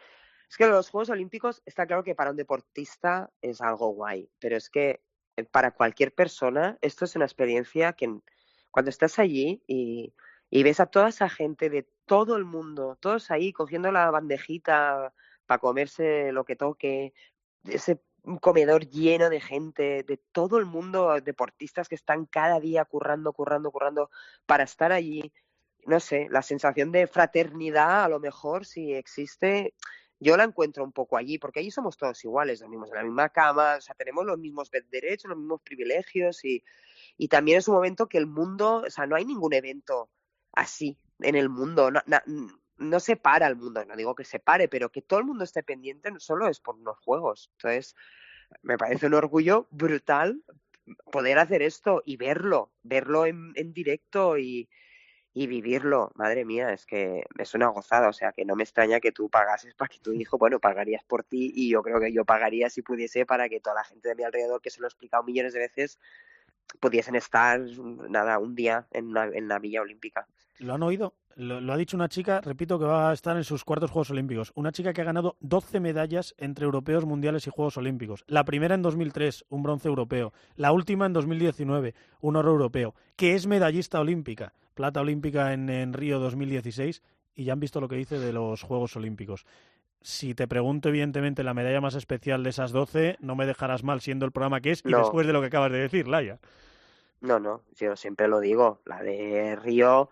Es que los Juegos Olímpicos está claro que para un deportista es algo guay, pero es que para cualquier persona esto es una experiencia que cuando estás allí y, y ves a toda esa gente de todo el mundo, todos ahí cogiendo la bandejita para comerse lo que toque, ese comedor lleno de gente, de todo el mundo, deportistas que están cada día currando, currando, currando para estar allí, no sé, la sensación de fraternidad a lo mejor si existe... Yo la encuentro un poco allí, porque allí somos todos iguales, dormimos en la misma cama, o sea, tenemos los mismos derechos, los mismos privilegios y, y también es un momento que el mundo, o sea, no hay ningún evento así en el mundo, no, no, no se para el mundo, no digo que se pare, pero que todo el mundo esté pendiente no solo es por unos juegos. Entonces, me parece un orgullo brutal poder hacer esto y verlo, verlo en, en directo y... y vivirlo, madre mía, es que es una gozada, o sea, que no me extraña que tú pagases para que tu hijo, bueno, pagarías por ti y yo creo que yo pagaría si pudiese para que toda la gente de mi alrededor, que se lo he explicado millones de veces, pudiesen estar, nada, un día en una, en la Villa Olímpica. ¿Lo han oído? Lo, lo ha dicho una chica, repito, que va a estar en sus cuartos Juegos Olímpicos. Una chica que ha ganado doce medallas entre europeos, mundiales y Juegos Olímpicos. La primera en dos mil tres, un bronce europeo. La última en dos mil diecinueve, un oro europeo. Que es medallista olímpica. Plata olímpica en, en Río dos mil dieciséis. Y ya han visto lo que dice de los Juegos Olímpicos. Si te pregunto, evidentemente, la medalla más especial de esas doce, no me dejarás mal siendo el programa que es y no. después de lo que acabas de decir, Laia. No, no, yo siempre lo digo. La de Río...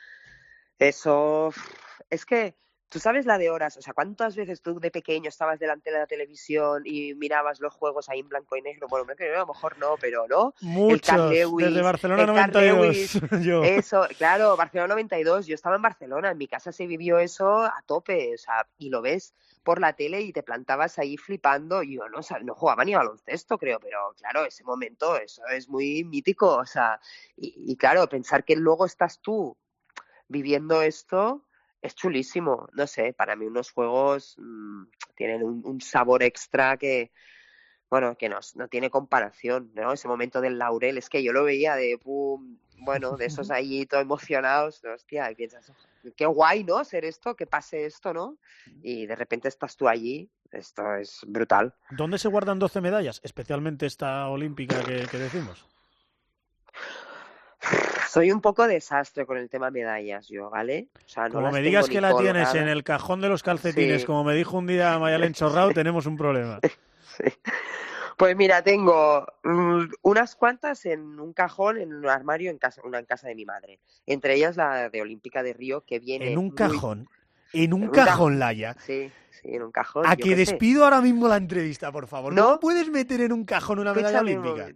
Eso, es que tú sabes la de horas, o sea, ¿cuántas veces tú de pequeño estabas delante de la televisión y mirabas los juegos ahí en blanco y negro? Bueno, a lo mejor no, pero ¿no? Muchos, Lewis, desde Barcelona noventa y dos. Yo. Eso, claro, Barcelona noventa y dos, yo estaba en Barcelona, en mi casa se vivió eso a tope, o sea, y lo ves por la tele y te plantabas ahí flipando, y yo no, o sea, no jugaba ni a baloncesto, creo, pero claro, ese momento, eso es muy mítico, o sea, y, y claro, pensar que luego estás tú viviendo esto es chulísimo, no sé, para mí unos juegos mmm, tienen un, un sabor extra que, bueno, que no, no tiene comparación, ¿no? Ese momento del laurel, es que yo lo veía de, pum, bueno, de esos ahí todos emocionados, ¿no? Hostia, y piensas, qué guay, ¿no? Ser esto, que pase esto, ¿no? Y de repente estás tú allí, esto es brutal. ¿Dónde se guardan doce medallas? Especialmente esta olímpica que, que decimos. Soy un poco desastre con el tema medallas yo, ¿vale? O sea, no como las me digas tengo que la tienes en el cajón de los calcetines, sí. como me dijo un día Mayalen Chorrao, tenemos un problema. Sí. Pues mira, tengo mm, unas cuantas en un cajón, en un armario, en casa, una en casa de mi madre. Entre ellas la de Olímpica de Río, que viene... ¿En un muy... cajón? ¿En un, en un cajón, cajón, Laia? Sí, sí, en un cajón. A yo que despido sé. ahora mismo la entrevista, por favor. ¿No? ¿Cómo puedes meter en un cajón una medalla Escúchame olímpica? Un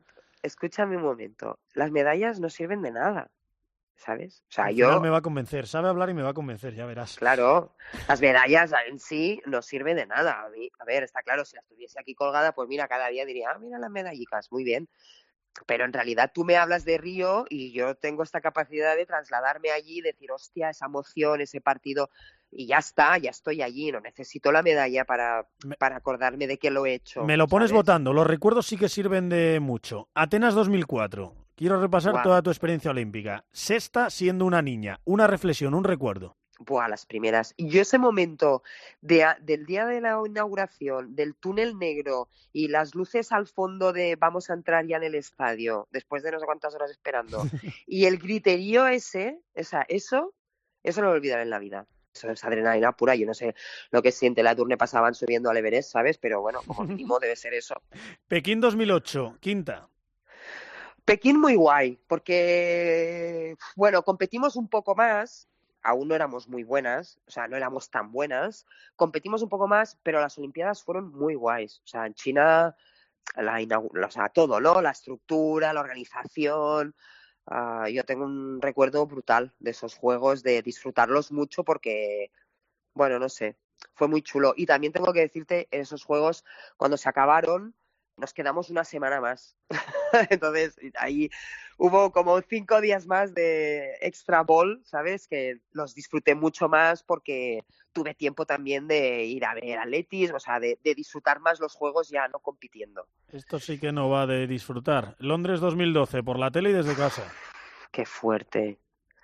escúchame un momento, las medallas no sirven de nada, ¿sabes? O sea, Al yo, final me va a convencer, sabe hablar y me va a convencer, ya verás. claro, las medallas en sí no sirven de nada. A mí, a ver, está claro, si las tuviese aquí colgada, pues mira, cada día diría, ah, mira las medallicas, muy bien. Pero en realidad tú me hablas de Río y yo tengo esta capacidad de trasladarme allí, decir, hostia, esa emoción, ese partido, y ya está, ya estoy allí, no necesito la medalla para, Me, para acordarme de que lo he hecho, me lo pones ¿sabes? votando, los recuerdos sí que sirven de mucho. Atenas dos mil cuatro, quiero repasar Buah, toda tu experiencia olímpica. Sexta siendo una niña, una reflexión, un recuerdo. buah, las primeras. Y yo ese momento de, a- del día de la inauguración, del túnel negro y las luces al fondo de vamos a entrar ya en el estadio, después de no sé cuántas horas esperando, y el griterío ese, o sea, eso, eso no lo olvidaré en la vida. Eso es adrenalina pura. Yo no sé lo que siente la Turne pasaban subiendo al Everest, ¿sabes? Pero bueno, como mínimo debe ser eso. Pekín dos mil ocho, quinta. Pekín muy guay, porque, bueno, competimos un poco más, aún no éramos muy buenas, o sea, no éramos tan buenas, competimos un poco más, pero las Olimpiadas fueron muy guays. O sea, en China, la inaugu- o sea, todo, ¿no? La estructura, la organización. Ah, yo tengo un recuerdo brutal de esos juegos, de disfrutarlos mucho porque, bueno, no sé, fue muy chulo. Y también tengo que decirte, en esos juegos, cuando se acabaron, nos quedamos una semana más. Entonces, ahí hubo como cinco días más de extra ball, ¿sabes? Que los disfruté mucho más porque tuve tiempo también de ir a ver atletismo, o sea, de, de disfrutar más los juegos ya no compitiendo. Esto sí que no va de disfrutar. Londres dos mil doce, por la tele y desde casa. Qué fuerte.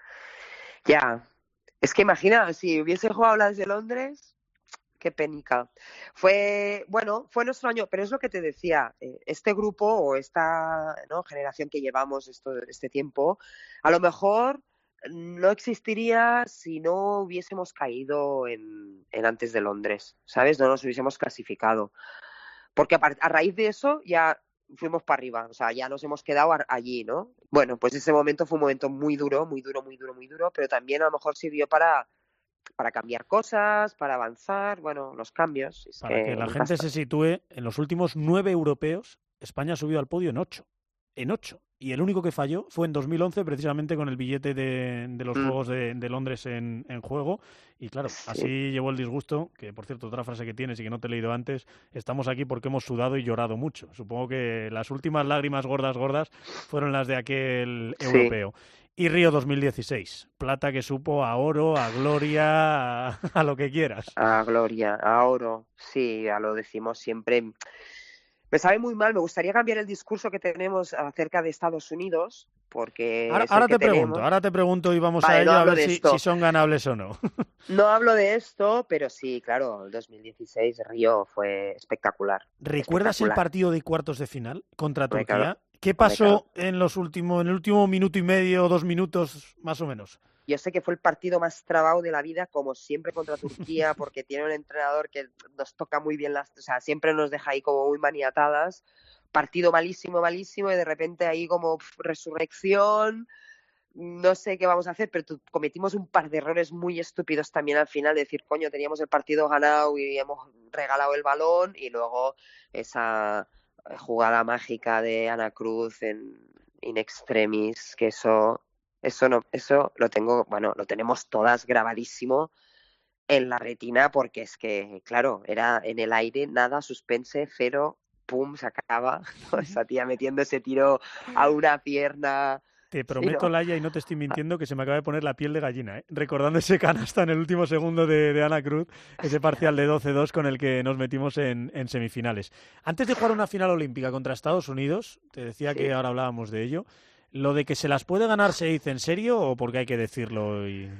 Ya, es que imagina, si hubiese jugado las de Londres, qué penica. Fue, bueno, fue nuestro año, pero es lo que te decía, eh, este grupo o esta, ¿no?, generación que llevamos esto, este tiempo, a lo mejor no existiría si no hubiésemos caído en, en antes de Londres, ¿sabes? No nos hubiésemos clasificado. Porque a, par- a raíz de eso ya fuimos para arriba, o sea, ya nos hemos quedado a- allí, ¿no? Bueno, pues ese momento fue un momento muy duro, muy duro, muy duro, muy duro, pero también a lo mejor sirvió para para cambiar cosas, para avanzar, bueno, los cambios, es Para que que la nunca gente está. se sitúe, en los últimos nueve europeos, España ha subido al podio en ocho. En ocho. Y el único que falló fue en dos mil once, precisamente con el billete de, de los Mm, Juegos de, de Londres en, en juego. Y claro, sí, así llevó el disgusto, que por cierto, otra frase que tienes y que no te he leído antes, estamos aquí porque hemos sudado y llorado mucho. Supongo que las últimas lágrimas gordas, gordas, fueron las de aquel sí, europeo. Y Río dos mil dieciséis, plata que supo a oro, a gloria, a, a lo que quieras. a Gloria, a Oro, sí, ya lo decimos siempre. Me sabe muy mal, me gustaría cambiar el discurso que tenemos acerca de Estados Unidos, porque Ahora, es el ahora que te pregunto, tenemos. ahora te pregunto y vamos a Vale, no ello a hablo ver de si, si esto, son ganables o no. no hablo de esto, pero sí, claro, el dos mil dieciséis Río fue espectacular, ¿Recuerdas el espectacular. partido de cuartos de final contra Me cago, Turquía? ¿Qué me cago. pasó en los últimos, en el último minuto y medio, dos minutos, más o menos? Yo sé que fue el partido más trabado de la vida, como siempre contra Turquía, porque tiene un entrenador que nos toca muy bien las, o sea, siempre nos deja ahí como muy maniatadas. Partido malísimo, malísimo, y de repente ahí como pf, resurrección. No sé qué vamos a hacer, pero tu, cometimos un par de errores muy estúpidos también al final, de decir, coño, teníamos el partido ganado y hemos regalado el balón, y luego esa jugada mágica de Ana Cruz en in extremis, que eso eso no, eso lo tengo, bueno, lo tenemos todas grabadísimo en la retina porque es que, claro, era en el aire, nada, suspense, cero, pum, se acaba. Esa tía metiendo ese tiro a una pierna. Te Sí, prometo, ¿no? Laia, y no te estoy mintiendo, que se me acaba de poner la piel de gallina, ¿eh? Recordando ese canasta en el último segundo de, de Ana Cruz, ese parcial de doce dos con el que nos metimos en, en semifinales. Antes de jugar una final olímpica contra Estados Unidos, te decía que Sí. ahora hablábamos de ello, ¿lo de que se las puede ganar se dice en serio o porque hay que decirlo? Y...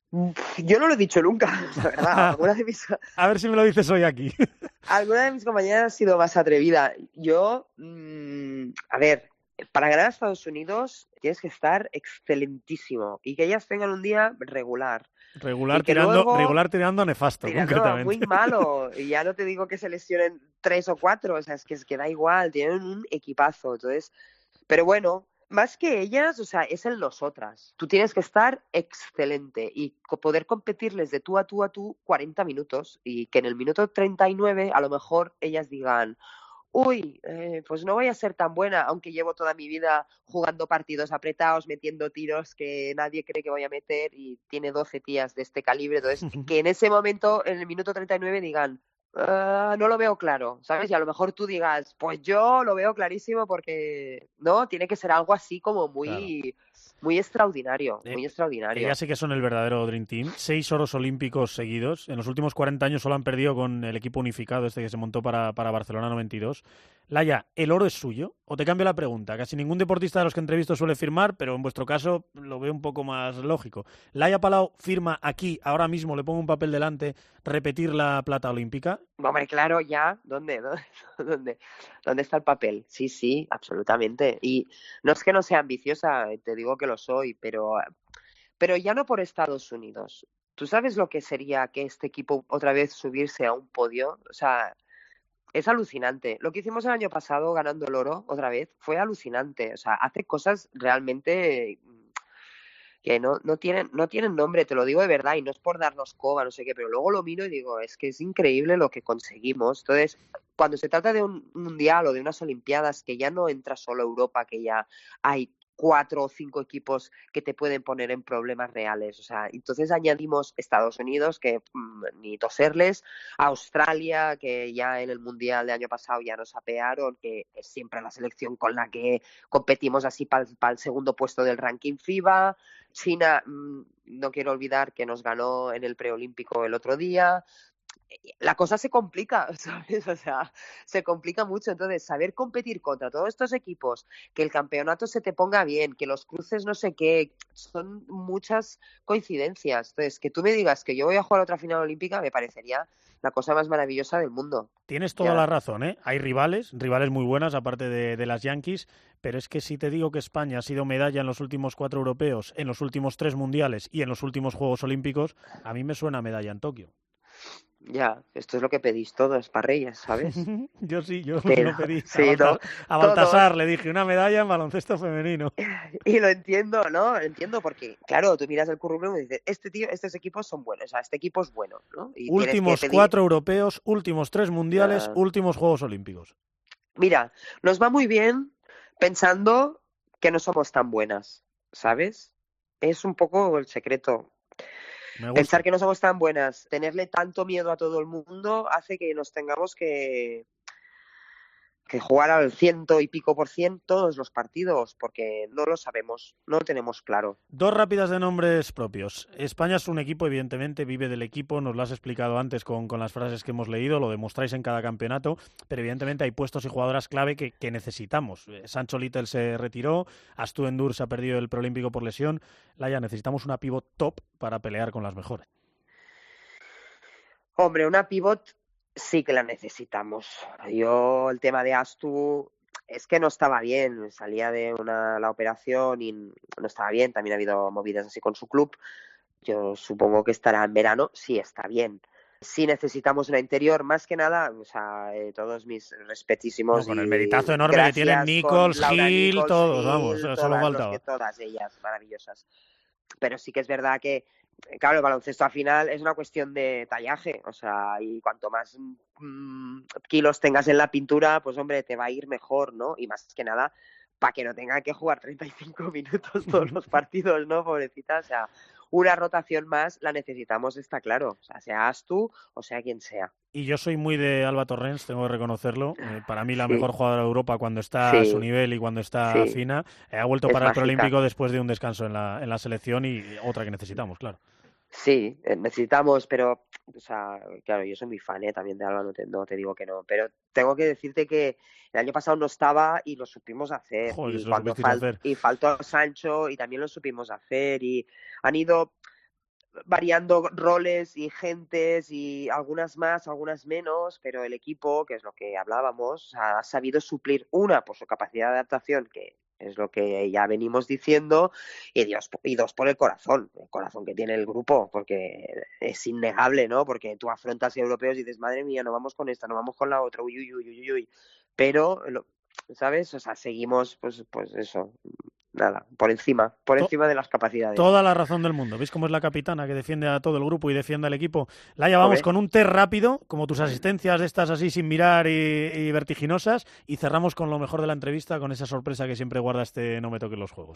Yo no lo he dicho nunca, la verdad. Alguna de mis, A ver si me lo dices hoy aquí. alguna de mis compañeras ha sido más atrevida. Yo, mmm, a ver, para ganar a Estados Unidos tienes que estar excelentísimo y que ellas tengan un día regular. Regular Y que tirando, luego, regular tirando a nefasto, tirando muy concretamente. malo, y ya no te digo que se lesionen tres o cuatro, o sea, es que, es que da igual, tienen un equipazo, entonces, pero bueno, más que ellas, o sea, es en nosotras. Tú tienes que estar excelente y co- poder competirles de tú a tú a tú cuarenta minutos y que en el minuto treinta y nueve a lo mejor ellas digan, uy, eh, pues no voy a ser tan buena, aunque llevo toda mi vida jugando partidos apretados, metiendo tiros que nadie cree que voy a meter y tiene doce tías de este calibre. Entonces, que en ese momento, en el minuto treinta y nueve, digan, uh, no lo veo claro, ¿sabes? Y a lo mejor tú digas, pues yo lo veo clarísimo porque, ¿no? Tiene que ser algo así como muy... Claro. Muy extraordinario, eh, muy extraordinario. Ellas sí que son el verdadero Dream Team. Seis oros olímpicos seguidos. En los últimos cuarenta años solo han perdido con el equipo unificado, este que se montó para, para Barcelona noventa y dos. Laia, ¿el oro es suyo? O te cambio la pregunta. Casi ningún deportista de los que entrevisto suele firmar, pero en vuestro caso lo veo un poco más lógico. Laia Palau firma aquí, ahora mismo, le pongo un papel delante, repetir la plata olímpica. Hombre, claro, ya. ¿Dónde? ¿Dónde? ¿Dónde? ¿Dónde está el papel? Sí, sí, absolutamente. Y no es que no sea ambiciosa, te digo que lo soy, pero, pero ya no por Estados Unidos. ¿Tú sabes lo que sería que este equipo otra vez subirse a un podio? O sea, es alucinante. Lo que hicimos el año pasado ganando el oro otra vez fue alucinante. O sea, hace cosas realmente que no, no, tienen, no tienen nombre, te lo digo de verdad, y no es por darnos coba, no sé qué, pero luego lo miro y digo, es que es increíble lo que conseguimos. Entonces, cuando se trata de un mundial o de unas olimpiadas, que ya no entra solo Europa, que ya hay cuatro o cinco equipos que te pueden poner en problemas reales. O sea, entonces añadimos Estados Unidos, que mmm, ni toserles, Australia, que ya en el Mundial de año pasado ya nos apearon, que es siempre la selección con la que competimos así para pa el segundo puesto del ranking FIBA. China, mmm, no quiero olvidar que nos ganó en el preolímpico el otro día. La cosa se complica, ¿sabes? O sea, se complica mucho. Entonces, saber competir contra todos estos equipos, que el campeonato se te ponga bien, que los cruces no sé qué, son muchas coincidencias. Entonces, que tú me digas que yo voy a jugar otra final olímpica me parecería la cosa más maravillosa del mundo. Tienes toda ya. la razón, ¿eh? Hay rivales, rivales muy buenas, aparte de, de las Yankees, pero es que si te digo que España ha sido medalla en los últimos cuatro europeos, en los últimos tres mundiales y en los últimos Juegos Olímpicos, a mí me suena medalla en Tokio. Ya, esto es lo que pedís todos, parrillas, ¿sabes? Yo sí, yo Pero, lo pedí. Sí, a, Baltas, ¿no? a Baltasar le dije una medalla en baloncesto femenino. Y lo entiendo, ¿no? Lo entiendo porque, claro, tú miras el currículum y dices, este tío, estos equipos son buenos, o sea, este equipo es bueno, ¿no? Y últimos pedir... cuatro europeos, últimos tres mundiales, ya. últimos Juegos Olímpicos. Mira, nos va muy bien pensando que no somos tan buenas, ¿sabes? Es un poco el secreto. Pensar que no somos tan buenas, tenerle tanto miedo a todo el mundo hace que nos tengamos que, que jugar al ciento y pico por ciento todos los partidos, porque no lo sabemos, no lo tenemos claro. Dos rápidas de nombres propios. España es un equipo, evidentemente, vive del equipo, nos lo has explicado antes con, con las frases que hemos leído, lo demostráis en cada campeonato, pero evidentemente hay puestos y jugadoras clave que, que necesitamos. Sancho Little se retiró, Astu Endur se ha perdido el preolímpico por lesión. Laia, necesitamos una pivot top para pelear con las mejores. Hombre, una pivot sí que la necesitamos. Yo, el tema de Astu es que no estaba bien, salía de una, la operación y no estaba bien, también ha habido movidas así con su club. Yo supongo que estará en verano, sí está bien. Sí necesitamos una interior, más que nada, o sea, eh, todos mis respetísimos. No, con y el meritazo enorme que tienen Nichols, Gil, Nichols, todos, Gil, vamos, todas, solo faltaba. Que, todas ellas maravillosas. Pero sí que es verdad que, claro, el baloncesto al final es una cuestión de tallaje, o sea, y cuanto más mmm, kilos tengas en la pintura, pues hombre, te va a ir mejor, ¿no? Y más que nada, para que no tenga que jugar treinta y cinco minutos todos los partidos, ¿no? Pobrecita, o sea, una rotación más la necesitamos, está claro, o sea, seas tú o sea quien sea. Y yo soy muy de Alba Torrens, tengo que reconocerlo. Eh, para mí la sí. mejor jugadora de Europa cuando está sí. a su nivel y cuando está sí. fina. Eh, ha vuelto es para mágica. El preolímpico después de un descanso en la, en la selección y otra que necesitamos, claro. Sí, necesitamos, pero, o sea, claro, yo soy muy fan ¿eh? también de Alba, no te, no te digo que no, pero tengo que decirte que el año pasado no estaba y lo supimos hacer. Joder, y, lo cuando fal- hacer. y faltó Sancho y también lo supimos hacer y han ido variando roles y gentes y algunas más, algunas menos, pero el equipo, que es lo que hablábamos, ha sabido suplir una por su capacidad de adaptación, que es lo que ya venimos diciendo, y, Dios, y dos por el corazón, el corazón que tiene el grupo, porque es innegable, ¿no? Porque tú afrontas europeos y dices, madre mía, no vamos con esta, no vamos con la otra, uy, uy, uy, uy, uy, pero, ¿sabes? O sea, seguimos, pues, pues eso, nada, por encima, por To- encima de las capacidades. Toda la razón del mundo. ¿Veis cómo es la capitana que defiende a todo el grupo y defiende al equipo? Laia, vamos Joder. con un test rápido, como tus asistencias de estas así sin mirar y, y vertiginosas, y cerramos con lo mejor de la entrevista, con esa sorpresa que siempre guarda este No me toques los juegos.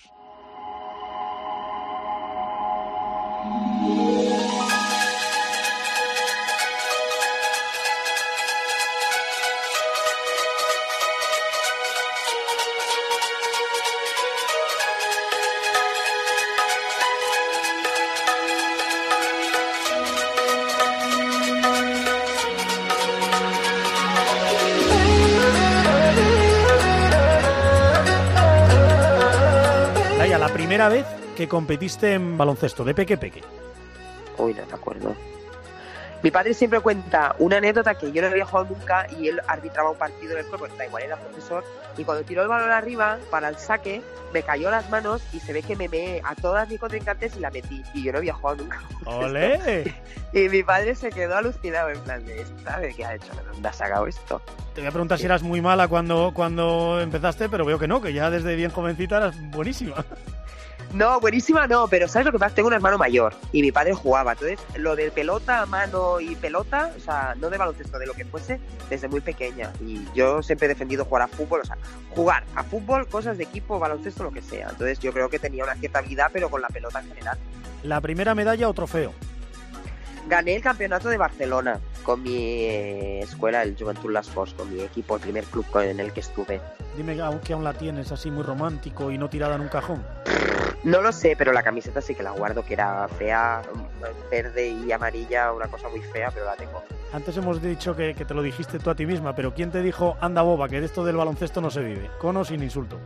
Laia, la primera vez que competiste en baloncesto, de peque peque. Uy, no me acuerdo. Mi padre siempre cuenta una anécdota que yo no había jugado nunca y él arbitraba un partido en el cuerpo, da igual, era profesor, y cuando tiró el balón arriba para el saque, me cayó las manos y se ve que me meé a todas mis contrincantes y la metí. Y yo no había jugado nunca. ¡Olé! Y mi padre se quedó alucinado en plan de, ¿sabe qué ha hecho? ¿De dónde ha sacado esto? Te voy a preguntar si eras muy mala cuando, cuando empezaste, pero veo que no, que ya desde bien jovencita eras buenísima. No, buenísima no, pero ¿sabes lo que pasa? Tengo un hermano mayor y mi padre jugaba. Entonces, lo de pelota, mano y pelota, o sea, no de baloncesto, de lo que fuese, desde muy pequeña. Y yo siempre he defendido jugar a fútbol, o sea, jugar a fútbol, cosas de equipo, baloncesto, lo que sea. Entonces, yo creo que tenía una cierta habilidad, pero con la pelota en general. ¿La primera medalla o trofeo? Gané el campeonato de Barcelona con mi eh, escuela, el Joventut Les Corts, con mi equipo, el primer club en el que estuve. Dime que aún la tienes así muy romántico y no tirada en un cajón. No lo sé, pero la camiseta sí que la guardo, que era fea, verde y amarilla, una cosa muy fea, pero la tengo. Antes hemos dicho que, que te lo dijiste tú a ti misma, pero ¿quién te dijo, anda boba, que de esto del baloncesto no se vive? ¿Con o sin insulto?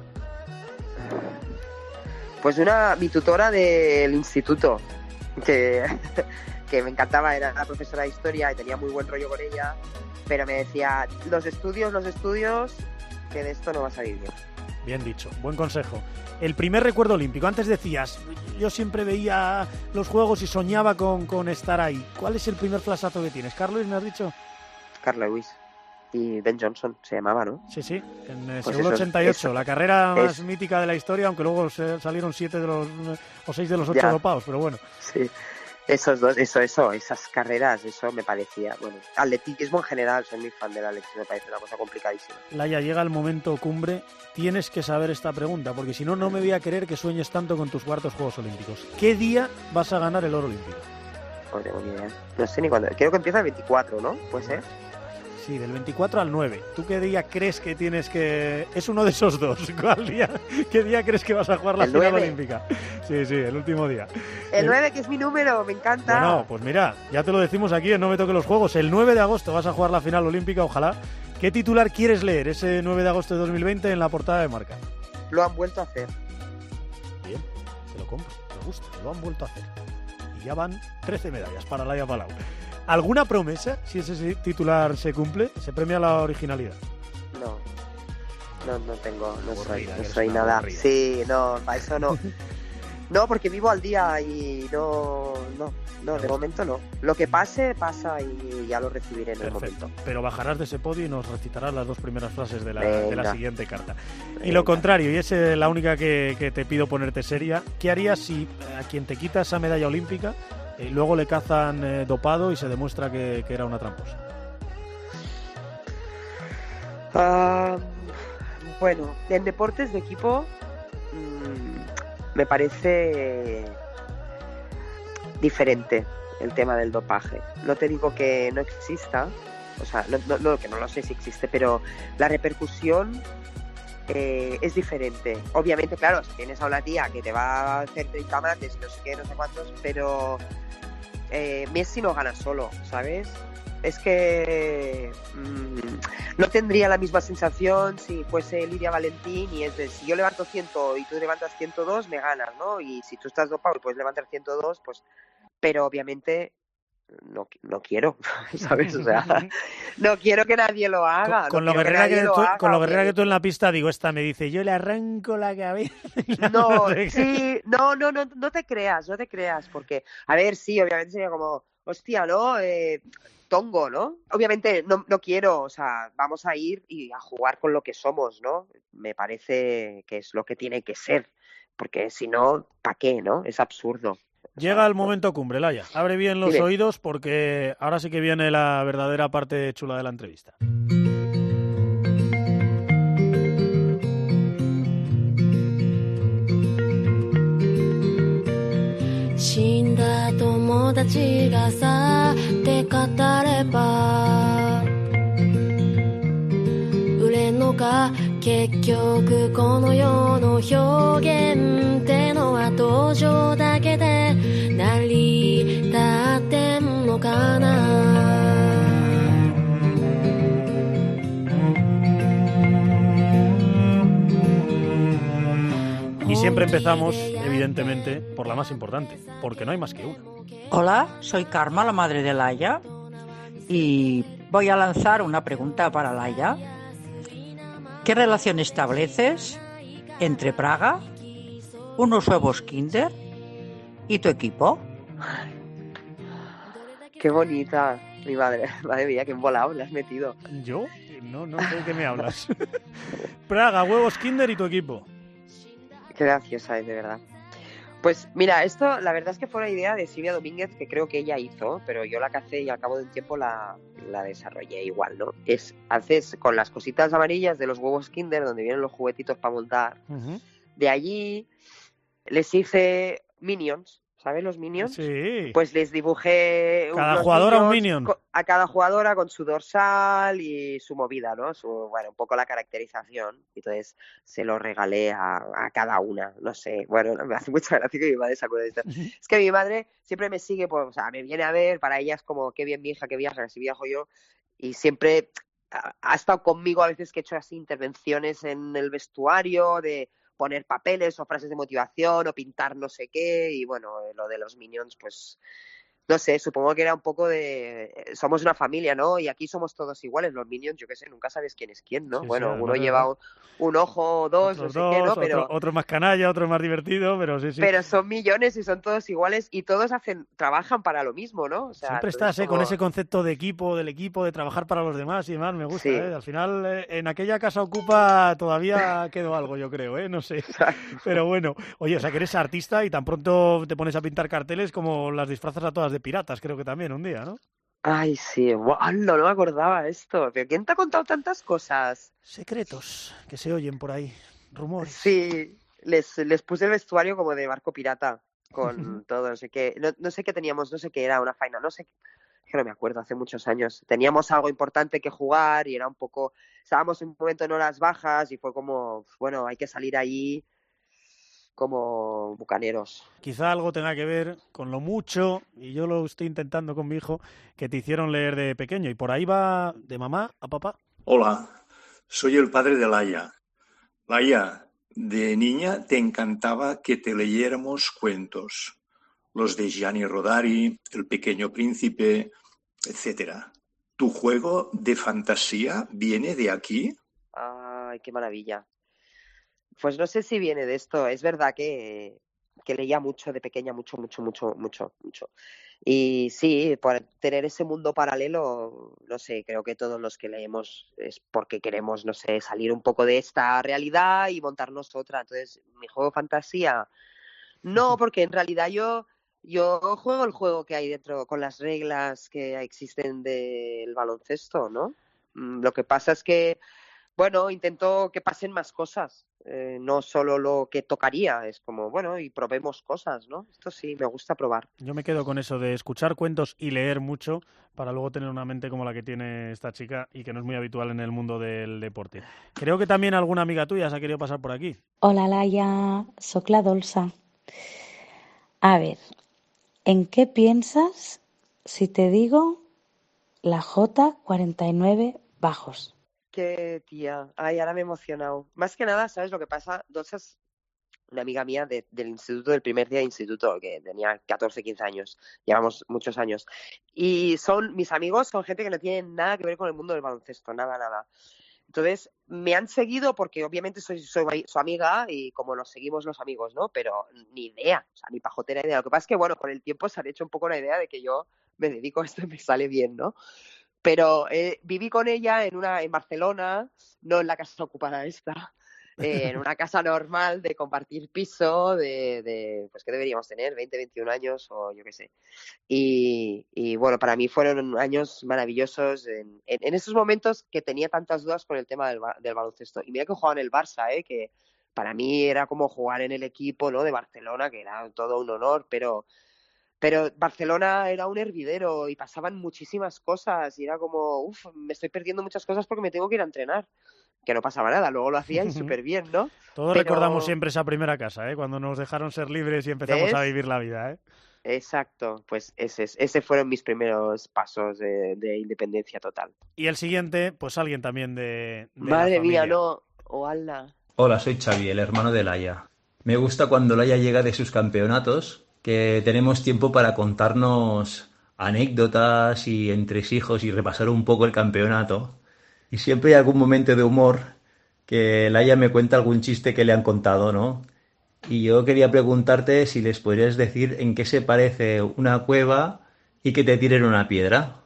Pues una, mi tutora del instituto, que, que me encantaba, era la profesora de historia y tenía muy buen rollo con ella, pero me decía, los estudios, los estudios, que de esto no vas a vivir. Bien dicho, buen consejo. El primer recuerdo olímpico, antes decías, yo siempre veía los juegos y soñaba con, con estar ahí. ¿Cuál es el primer flashazo que tienes? ¿Carlos, me has dicho? Carl Lewis y Ben Johnson se llamaba, ¿no? Sí, sí, en eh, Pues Seúl eso, ochenta y ocho, eso, la carrera más es, mítica de la historia, aunque luego se salieron siete de los o seis de los ocho ya, dopados, pero bueno. sí. Esos dos, eso, eso, esas carreras, eso me parecía, bueno, atletismo en general, soy muy fan del atletismo, me parece una cosa complicadísima. Laia, llega el momento cumbre, tienes que saber esta pregunta, porque si no, no me voy a creer que sueñes tanto con tus cuartos Juegos Olímpicos. ¿Qué día vas a ganar el oro olímpico? No tengo ni idea, no sé ni cuándo, creo que empieza el veinticuatro, ¿no? ¿Puede ser? Sí, del veinticuatro al nueve. ¿Tú qué día crees que tienes que...? Es uno de esos dos. ¿Cuál día? ¿Qué día crees que vas a jugar la el final nueve. olímpica? Sí, sí, el último día. El nueve, que es mi número, me encanta. Bueno, pues mira, ya te lo decimos aquí en No me toque los juegos. El nueve de agosto vas a jugar la final olímpica, ojalá. ¿Qué titular quieres leer ese nueve de agosto de dos mil veinte en la portada de Marca? Lo han vuelto a hacer. Bien, te lo compro, me gusta, lo han vuelto a hacer. Y ya van trece medallas para Laia Palau. ¿Alguna promesa, si ese titular se cumple? ¿Se premia la originalidad? No, no, no tengo, no Aburrida, soy, no eres soy una nada. aburrida. Sí, no, para eso no. No, porque vivo al día y no, no, no, de momento no. Lo que pase, pasa y ya lo recibiré en el Perfecto. momento. Pero bajarás de ese podio y nos recitarás las dos primeras frases de la, de la Venga. siguiente carta. Y Venga. lo contrario, y es eh, la única que, que te pido ponerte seria, ¿qué harías si eh, a quien te quita esa medalla olímpica y eh, luego le cazan eh, dopado y se demuestra que, que era una tramposa? Ah, bueno, en deportes de equipo mmm, me parece diferente el tema del dopaje. No te digo que no exista, o sea, no, no, no, que no lo sé si existe, pero la repercusión eh, es diferente. Obviamente, claro, si tienes a una tía que te va a hacer treinta mates y no sé qué, no sé cuántos, pero eh, Messi no gana solo, ¿sabes? Es que mmm, no tendría la misma sensación si fuese Lidia Valentín, y es de, si yo levanto cien y tú levantas ciento dos, me ganas, ¿no? Y si tú estás dopado y puedes levantar ciento dos, pues... Pero obviamente no, no quiero, ¿sabes? O sea, no quiero que nadie lo haga. Con, con no lo guerrera que, que, tú, haga, con lo guerrera que tú en la pista, digo, esta me dice, yo le arranco la cabeza. No, sí, no, no, no, no te creas, no te creas, porque, a ver, sí, obviamente sería como, hostia, ¿no? Eh, tongo, ¿no? Obviamente no, no quiero, o sea, vamos a ir y a jugar con lo que somos, ¿no? Me parece que es lo que tiene que ser. porque si no, ¿para qué, no? Es absurdo. Llega el momento cumbre, Laia. Abre bien los Dime. oídos porque ahora sí que viene la verdadera parte chula de la entrevista. 死んだ友達がさって語れば売れんのか結局この世の表現ってのは登場だけで成り立ってんのかな Y siempre empezamos, evidentemente, por la más importante, porque no hay más que una. Hola, soy Karma, la madre de Laia, y voy a lanzar una pregunta para Laia. ¿Qué relación estableces entre Praga, unos huevos Kinder y tu equipo? Qué bonita, mi madre. Madre mía, qué volado le has metido. ¿Yo? No, no sé de qué me hablas. Praga, huevos Kinder y tu equipo. Qué graciosa es, de verdad. Pues mira, esto la verdad es que fue una idea de Silvia Domínguez que creo que ella hizo, pero yo la cacé y al cabo de un tiempo la, la desarrollé igual, ¿no? Es, haces con las cositas amarillas de los huevos Kinder, donde vienen los juguetitos para montar, uh-huh. De allí les hice Minions, ¿sabes los Minions? Sí. Pues les dibujé cada jugadora un Minion. A cada jugadora con su dorsal y su movida, ¿no? Su, bueno, un poco la caracterización. Entonces se lo regalé a, a cada una, no sé. Bueno, me hace mucha gracia que mi madre se acuerde de esto. Es que mi madre siempre me sigue, pues, o sea, me viene a ver, para ella es como, qué bien mi hija que viaja, así viajo yo. Y siempre ha, ha estado conmigo a veces que he hecho así intervenciones en el vestuario de poner papeles o frases de motivación o pintar no sé qué, y bueno, lo de los Minions, pues no sé, supongo que era un poco de somos una familia, ¿no? Y aquí somos todos iguales, los Minions, yo qué sé, nunca sabes quién es quién, ¿no? Sí, bueno, sí, uno lleva un, un ojo, dos, otros no sé dos, qué, ¿no? Pero otro, otro más canalla, otro más divertido, pero sí, sí. Pero son millones y son todos iguales y todos hacen trabajan para lo mismo, ¿no? O sea, siempre estás, ¿eh? Como... con ese concepto de equipo, del equipo, de trabajar para los demás y demás, me gusta, sí. ¿eh? Al final, eh, en aquella casa ocupa todavía quedó algo, yo creo, ¿eh? No sé. Exacto. Pero bueno, oye, o sea, que eres artista y tan pronto te pones a pintar carteles como las disfrazas a todas de piratas, creo que también un día, ¿no? Ay, sí, wow, no, no me acordaba esto. ¿Pero quién te ha contado tantas cosas? Secretos que se oyen por ahí, rumores. Sí, les, les puse el vestuario como de barco pirata, con todo, no sé qué, no, no sé qué teníamos, no sé qué era, una faena, no sé, que no me acuerdo, hace muchos años. Teníamos algo importante que jugar y era un poco, estábamos en un momento en horas bajas y fue como, bueno, hay que salir ahí como bucaneros. Quizá algo tenga que ver con lo mucho, y yo lo estoy intentando con mi hijo, que te hicieron leer de pequeño. Y por ahí va de mamá a papá. Hola, soy el padre de Laia. Laia, de niña te encantaba que te leyéramos cuentos. Los de Gianni Rodari, El Pequeño Príncipe, etcétera. ¿Tu juego de fantasía viene de aquí? Ay, qué maravilla. Pues no sé si viene de esto. Es verdad que, que leía mucho de pequeña, mucho, mucho, mucho, mucho, mucho. Y sí, por tener ese mundo paralelo, no sé, creo que todos los que leemos es porque queremos, no sé, salir un poco de esta realidad y montarnos otra. Entonces, mi juego de fantasía, no, porque en realidad yo, yo juego el juego que hay dentro, con las reglas que existen del baloncesto, ¿no? Lo que pasa es que, bueno, intento que pasen más cosas. Eh, no solo lo que tocaría, es como, bueno, y probemos cosas, ¿no? Esto sí, me gusta probar. Yo me quedo con eso de escuchar cuentos y leer mucho para luego tener una mente como la que tiene esta chica y que no es muy habitual en el mundo del deporte. Creo que también alguna amiga tuya se ha querido pasar por aquí. Hola, Laia, soc la Dolça. A ver, ¿en qué piensas si te digo la J cuarenta y nueve bajos? Qué tía, ay, ahora me he emocionado. Más que nada, ¿sabes lo que pasa? Dolça es una amiga mía de, del instituto, del primer día de instituto, que tenía catorce, quince años, llevamos muchos años. Y son, mis amigos son gente que no tienen nada que ver con el mundo del baloncesto, nada, nada. Entonces, me han seguido porque obviamente soy, soy su amiga y como nos seguimos los amigos, ¿no? Pero ni idea, o sea, ni pajotera idea. Lo que pasa es que, bueno, con el tiempo se han hecho un poco una idea de que yo me dedico a esto y me sale bien, ¿no? Pero eh, viví con ella en una en Barcelona, no en la casa ocupada esta, eh, en una casa normal de compartir piso, de, de pues que deberíamos tener, veinte, veintiún años o yo qué sé. Y, y bueno, para mí fueron años maravillosos en, en, en esos momentos que tenía tantas dudas con el tema del, del baloncesto. Y mira que jugaba en el Barça, ¿eh? Que para mí era como jugar en el equipo, ¿no? de Barcelona, que era todo un honor, pero... Pero Barcelona era un hervidero y pasaban muchísimas cosas y era como, uff, me estoy perdiendo muchas cosas porque me tengo que ir a entrenar. Que no pasaba nada, luego lo hacíais súper bien, ¿no? Todos Pero... recordamos siempre esa primera casa, ¿eh? Cuando nos dejaron ser libres y empezamos ¿Ves? a vivir la vida, ¿eh? Exacto, pues ese, ese fueron mis primeros pasos de, de independencia total. Y el siguiente, pues alguien también de, de Madre la mía, familia. no, ojalá. Hola, soy Xavi, el hermano de Laia. Me gusta cuando Laia llega de sus campeonatos, que tenemos tiempo para contarnos anécdotas y entresijos y repasar un poco el campeonato. Y siempre hay algún momento de humor que Laia me cuenta algún chiste que le han contado, ¿no? Y yo quería preguntarte si les podrías decir en qué se parece una cueva y que te tiren una piedra.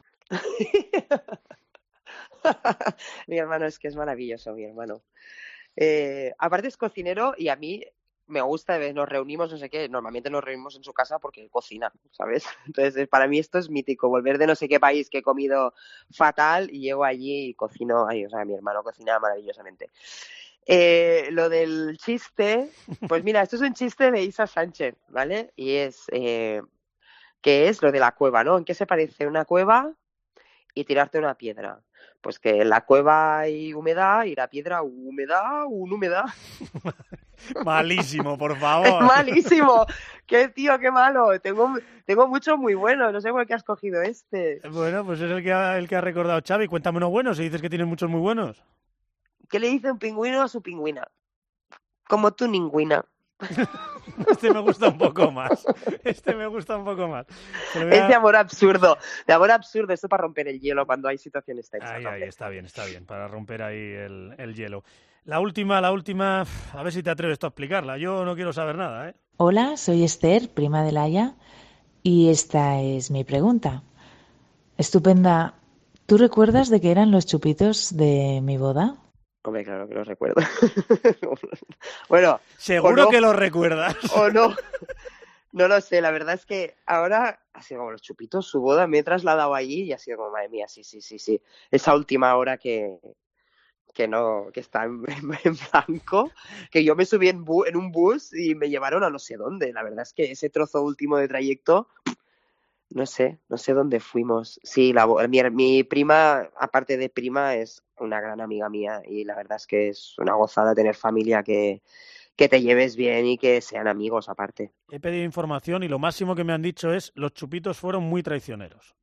Mi hermano es que es maravilloso, mi hermano. Eh, aparte es cocinero y a mí me gusta, nos reunimos, no sé qué, normalmente nos reunimos en su casa porque él cocina, ¿sabes? Entonces, para mí esto es mítico, volver de no sé qué país que he comido fatal y llego allí y cocino, ay, o sea, mi hermano cocina maravillosamente. Eh, lo del chiste, pues mira, esto es un chiste de Isa Sánchez, ¿vale? Y es, eh, que es lo de la cueva, ¿no? ¿En qué se parece una cueva y tirarte una piedra? Pues que en la cueva hay humedad y la piedra humedad, un humedad. Malísimo, por favor. Es malísimo. Qué tío, qué malo. Tengo, tengo muchos muy buenos. No sé por qué has cogido este. Bueno, pues es el que ha, el que ha recordado Xavi. Cuéntame unos buenos, si dices que tienes muchos muy buenos. ¿Qué le dice un pingüino a su pingüina? Como tu ningüina. Este me gusta un poco más. Este me gusta un poco más. A... Es de amor absurdo. De amor absurdo. Esto para romper el hielo cuando hay situaciones tensas. Ahí, ahí, está bien, está bien. Para romper ahí el, el hielo. La última, la última, a ver si te atreves tú a explicarla. Yo no quiero saber nada, ¿eh? Hola, soy Esther, prima de Laia, y esta es mi pregunta. Estupenda, ¿tú recuerdas de qué eran los chupitos de mi boda? Hombre, claro que lo recuerdo. Bueno, seguro no, que lo recuerdas. O no, no lo sé. La verdad es que ahora ha sido como los chupitos, su boda, me he trasladado allí y ha sido como, madre mía, sí, sí, sí, sí. Esa última hora que, que no, que está en, en blanco, que yo me subí en, bu, en un bus y me llevaron a no sé dónde. La verdad es que ese trozo último de trayecto, no sé, no sé dónde fuimos. Sí, la, mi, mi prima, aparte de prima, es una gran amiga mía y la verdad es que es una gozada tener familia que, que te lleves bien y que sean amigos aparte. He pedido información y lo máximo que me han dicho es los chupitos fueron muy traicioneros.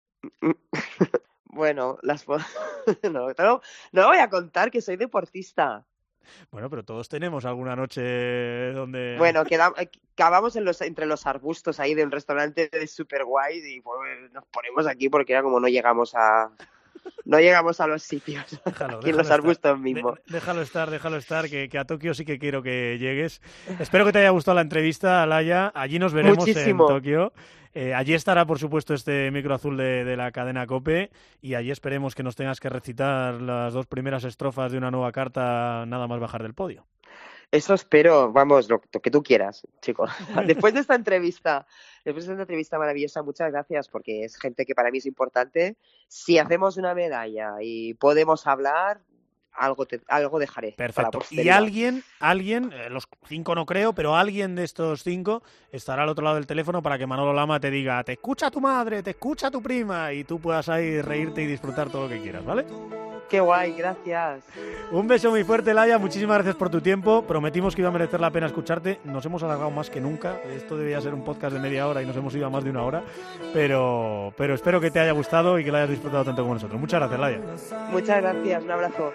Bueno, las no, no, no voy a contar que soy deportista. Bueno, pero todos tenemos alguna noche donde... Bueno, quedamos, acabamos en los, entre los arbustos ahí de un restaurante de super guay y pues, nos ponemos aquí porque era como no llegamos a... No llegamos a los sitios. Déjalo, aquí en déjalo los arbustos estar. mismos. De, déjalo estar, déjalo estar, que, que a Tokio sí que quiero que llegues. Espero que te haya gustado la entrevista, Laia. Allí nos veremos Muchísimo. en Tokio. Eh, allí estará, por supuesto, este micro azul de, de la cadena COPE y allí esperemos que nos tengas que recitar las dos primeras estrofas de una nueva carta nada más bajar del podio. Eso espero, vamos, lo, lo que tú quieras, chicos. Después de esta entrevista, después de esta entrevista maravillosa, muchas gracias porque es gente que para mí es importante. Si hacemos una medalla y podemos hablar, algo te, algo dejaré. Perfecto. Y alguien, alguien, eh, los cinco no creo, pero alguien de estos cinco estará al otro lado del teléfono para que Manolo Lama te diga, te escucha tu madre, te escucha tu prima, y tú puedas ahí reírte y disfrutar todo lo que quieras, ¿vale? Qué guay, gracias. Un beso muy fuerte, Laia, muchísimas gracias por tu tiempo. Prometimos que iba a merecer la pena escucharte. Nos hemos alargado más que nunca. Esto debía ser un podcast de media hora y nos hemos ido a más de una hora. Pero, pero espero que te haya gustado y que lo hayas disfrutado tanto como nosotros. Muchas gracias, Laia. Muchas gracias, un abrazo.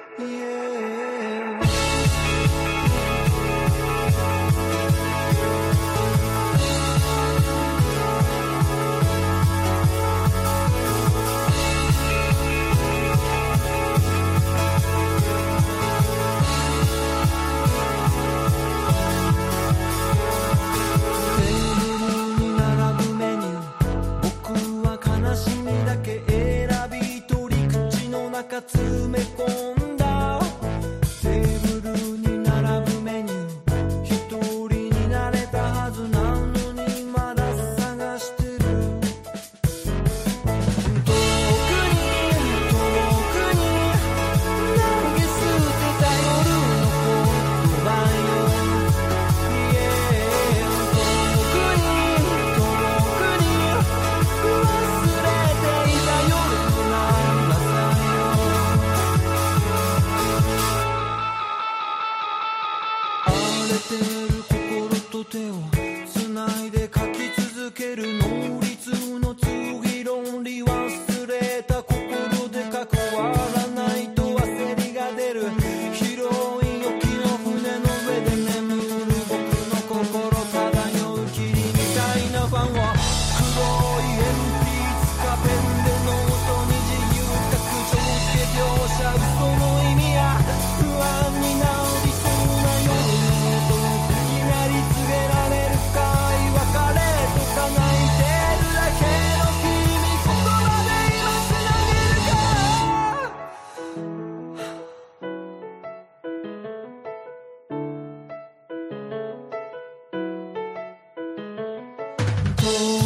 Oh